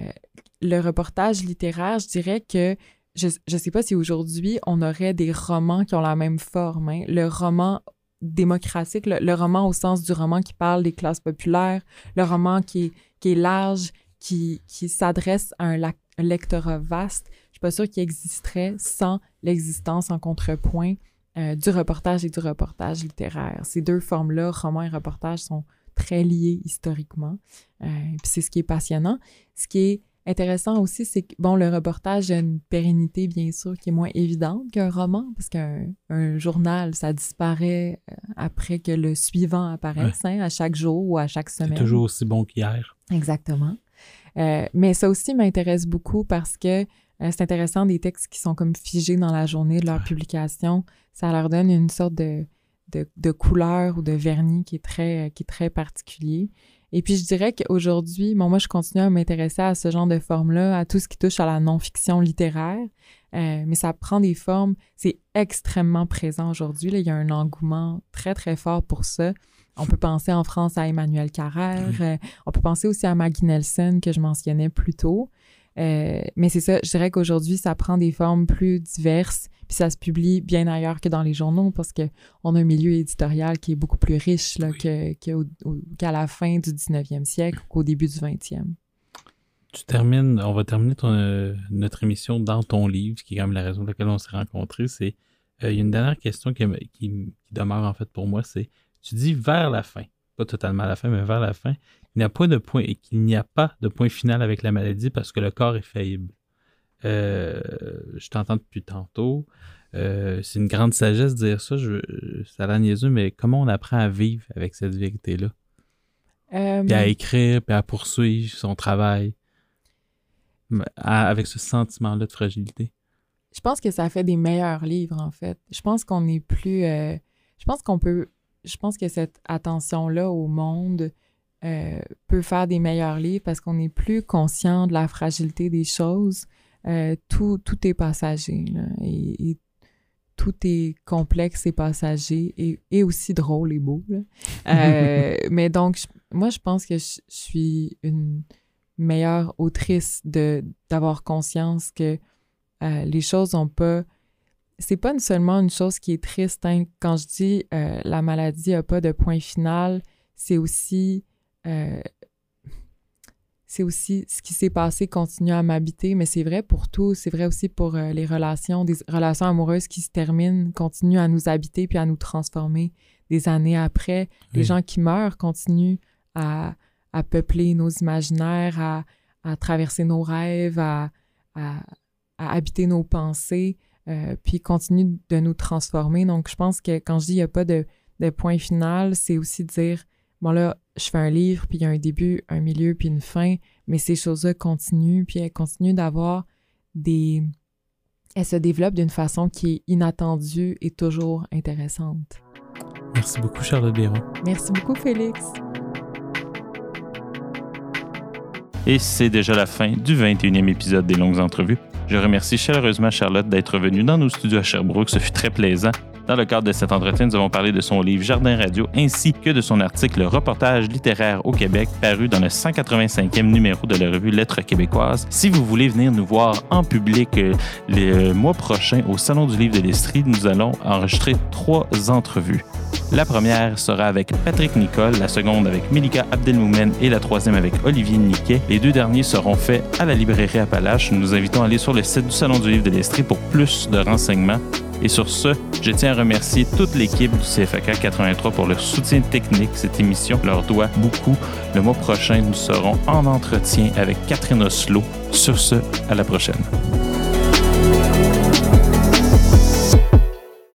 le reportage littéraire, je dirais que je ne sais pas si aujourd'hui, on aurait des romans qui ont la même forme. Hein. Le roman démocratique, le roman au sens du roman qui parle des classes populaires, le roman qui est large, qui s'adresse à un lectorat vaste, je suis pas sûre qu'il existerait sans l'existence en contrepoint du reportage et du reportage littéraire. Ces 2 formes-là, roman et reportage, sont très liées historiquement. Puis c'est ce qui est passionnant. Ce qui est intéressant aussi, c'est que, bon, le reportage a une pérennité, bien sûr, qui est moins évidente qu'un roman, parce qu'un journal, ça disparaît après que le suivant apparaisse, hein, à chaque jour ou à chaque semaine. C'est toujours aussi bon qu'hier. Exactement. Mais ça aussi m'intéresse beaucoup parce que c'est intéressant, des textes qui sont comme figés dans la journée de leur publication. Ça leur donne une sorte de couleur ou de vernis qui est très particulier. Et puis, je dirais qu'aujourd'hui, moi, je continue à m'intéresser à ce genre de forme-là, à tout ce qui touche à la non-fiction littéraire, mais ça prend des formes, c'est extrêmement présent aujourd'hui. Là, il y a un engouement très, très fort pour ça. On peut penser en France à Emmanuel Carrère, on peut penser aussi à Maggie Nelson, que je mentionnais plus tôt. Mais c'est ça, je dirais qu'aujourd'hui, ça prend des formes plus diverses, puis ça se publie bien ailleurs que dans les journaux, parce qu'on a un milieu éditorial qui est beaucoup plus riche là, qu'à la fin du 19e siècle ou qu'au début du 20e. On va terminer notre émission dans ton livre, qui est quand même la raison pour laquelle on s'est rencontrés. Il y a une dernière question qui demeure en fait pour moi, c'est, tu dis vers la fin, pas totalement à la fin, mais vers la fin, qu'il n'y a pas de point final avec la maladie parce que le corps est faillible. Je t'entends depuis tantôt. C'est une grande sagesse de dire ça. Ça a l'air niaiseux, mais comment on apprend à vivre avec cette vérité-là? Puis à écrire, puis à poursuivre son travail avec ce sentiment-là de fragilité. Je pense que ça fait des meilleurs livres, en fait. Je pense qu'on est plus... Je pense que cette attention-là au monde peut faire des meilleurs livres parce qu'on est plus conscient de la fragilité des choses. Tout est passager, là, et tout est complexe et passager et aussi drôle et beau. Là. Mais donc, moi, je pense que je suis une meilleure autrice d'avoir conscience que les choses n'ont pas... C'est pas seulement une chose qui est triste. Hein. Quand je dis la maladie n'a pas de point final, c'est aussi ce qui s'est passé continue à m'habiter, mais c'est vrai pour tout. C'est vrai aussi pour les relations, des relations amoureuses qui se terminent, continuent à nous habiter puis à nous transformer des années après. Oui. Les gens qui meurent continuent à peupler nos imaginaires, à traverser nos rêves, à habiter nos pensées, puis continuent de nous transformer. Donc, je pense que quand je dis qu'il n'y a pas de point final, c'est aussi dire, bon là, je fais un livre, puis il y a un début, un milieu, puis une fin, mais ces choses-là continuent, puis elles continuent d'avoir des elle se développe d'une façon qui est inattendue et toujours intéressante. Merci beaucoup, Charlotte Biron. Merci beaucoup, Félix. Et c'est déjà la fin du 21e épisode des Longues Entrevues. Je remercie chaleureusement Charlotte d'être venue dans nos studios à Sherbrooke. Ce fut très plaisant. Dans le cadre de cet entretien, nous avons parlé de son livre Jardin Radio ainsi que de son article Reportage littéraire au Québec, paru dans le 185e numéro de la revue Lettres québécoises. Si vous voulez venir nous voir en public le mois prochain au Salon du livre de l'Estrie, nous allons enregistrer 3 entrevues. La première sera avec Patrick Nicole, la seconde avec Melika Abdelmoumen et la troisième avec Olivier Niquet. Les 2 derniers seront faits à la librairie Appalache. Nous vous invitons à aller sur le site du Salon du livre de l'Estrie pour plus de renseignements. Et sur ce, je tiens à remercier toute l'équipe du CFAK 83 pour leur soutien technique. Cette émission leur doit beaucoup. Le mois prochain, nous serons en entretien avec Catherine Oslo. Sur ce, à la prochaine.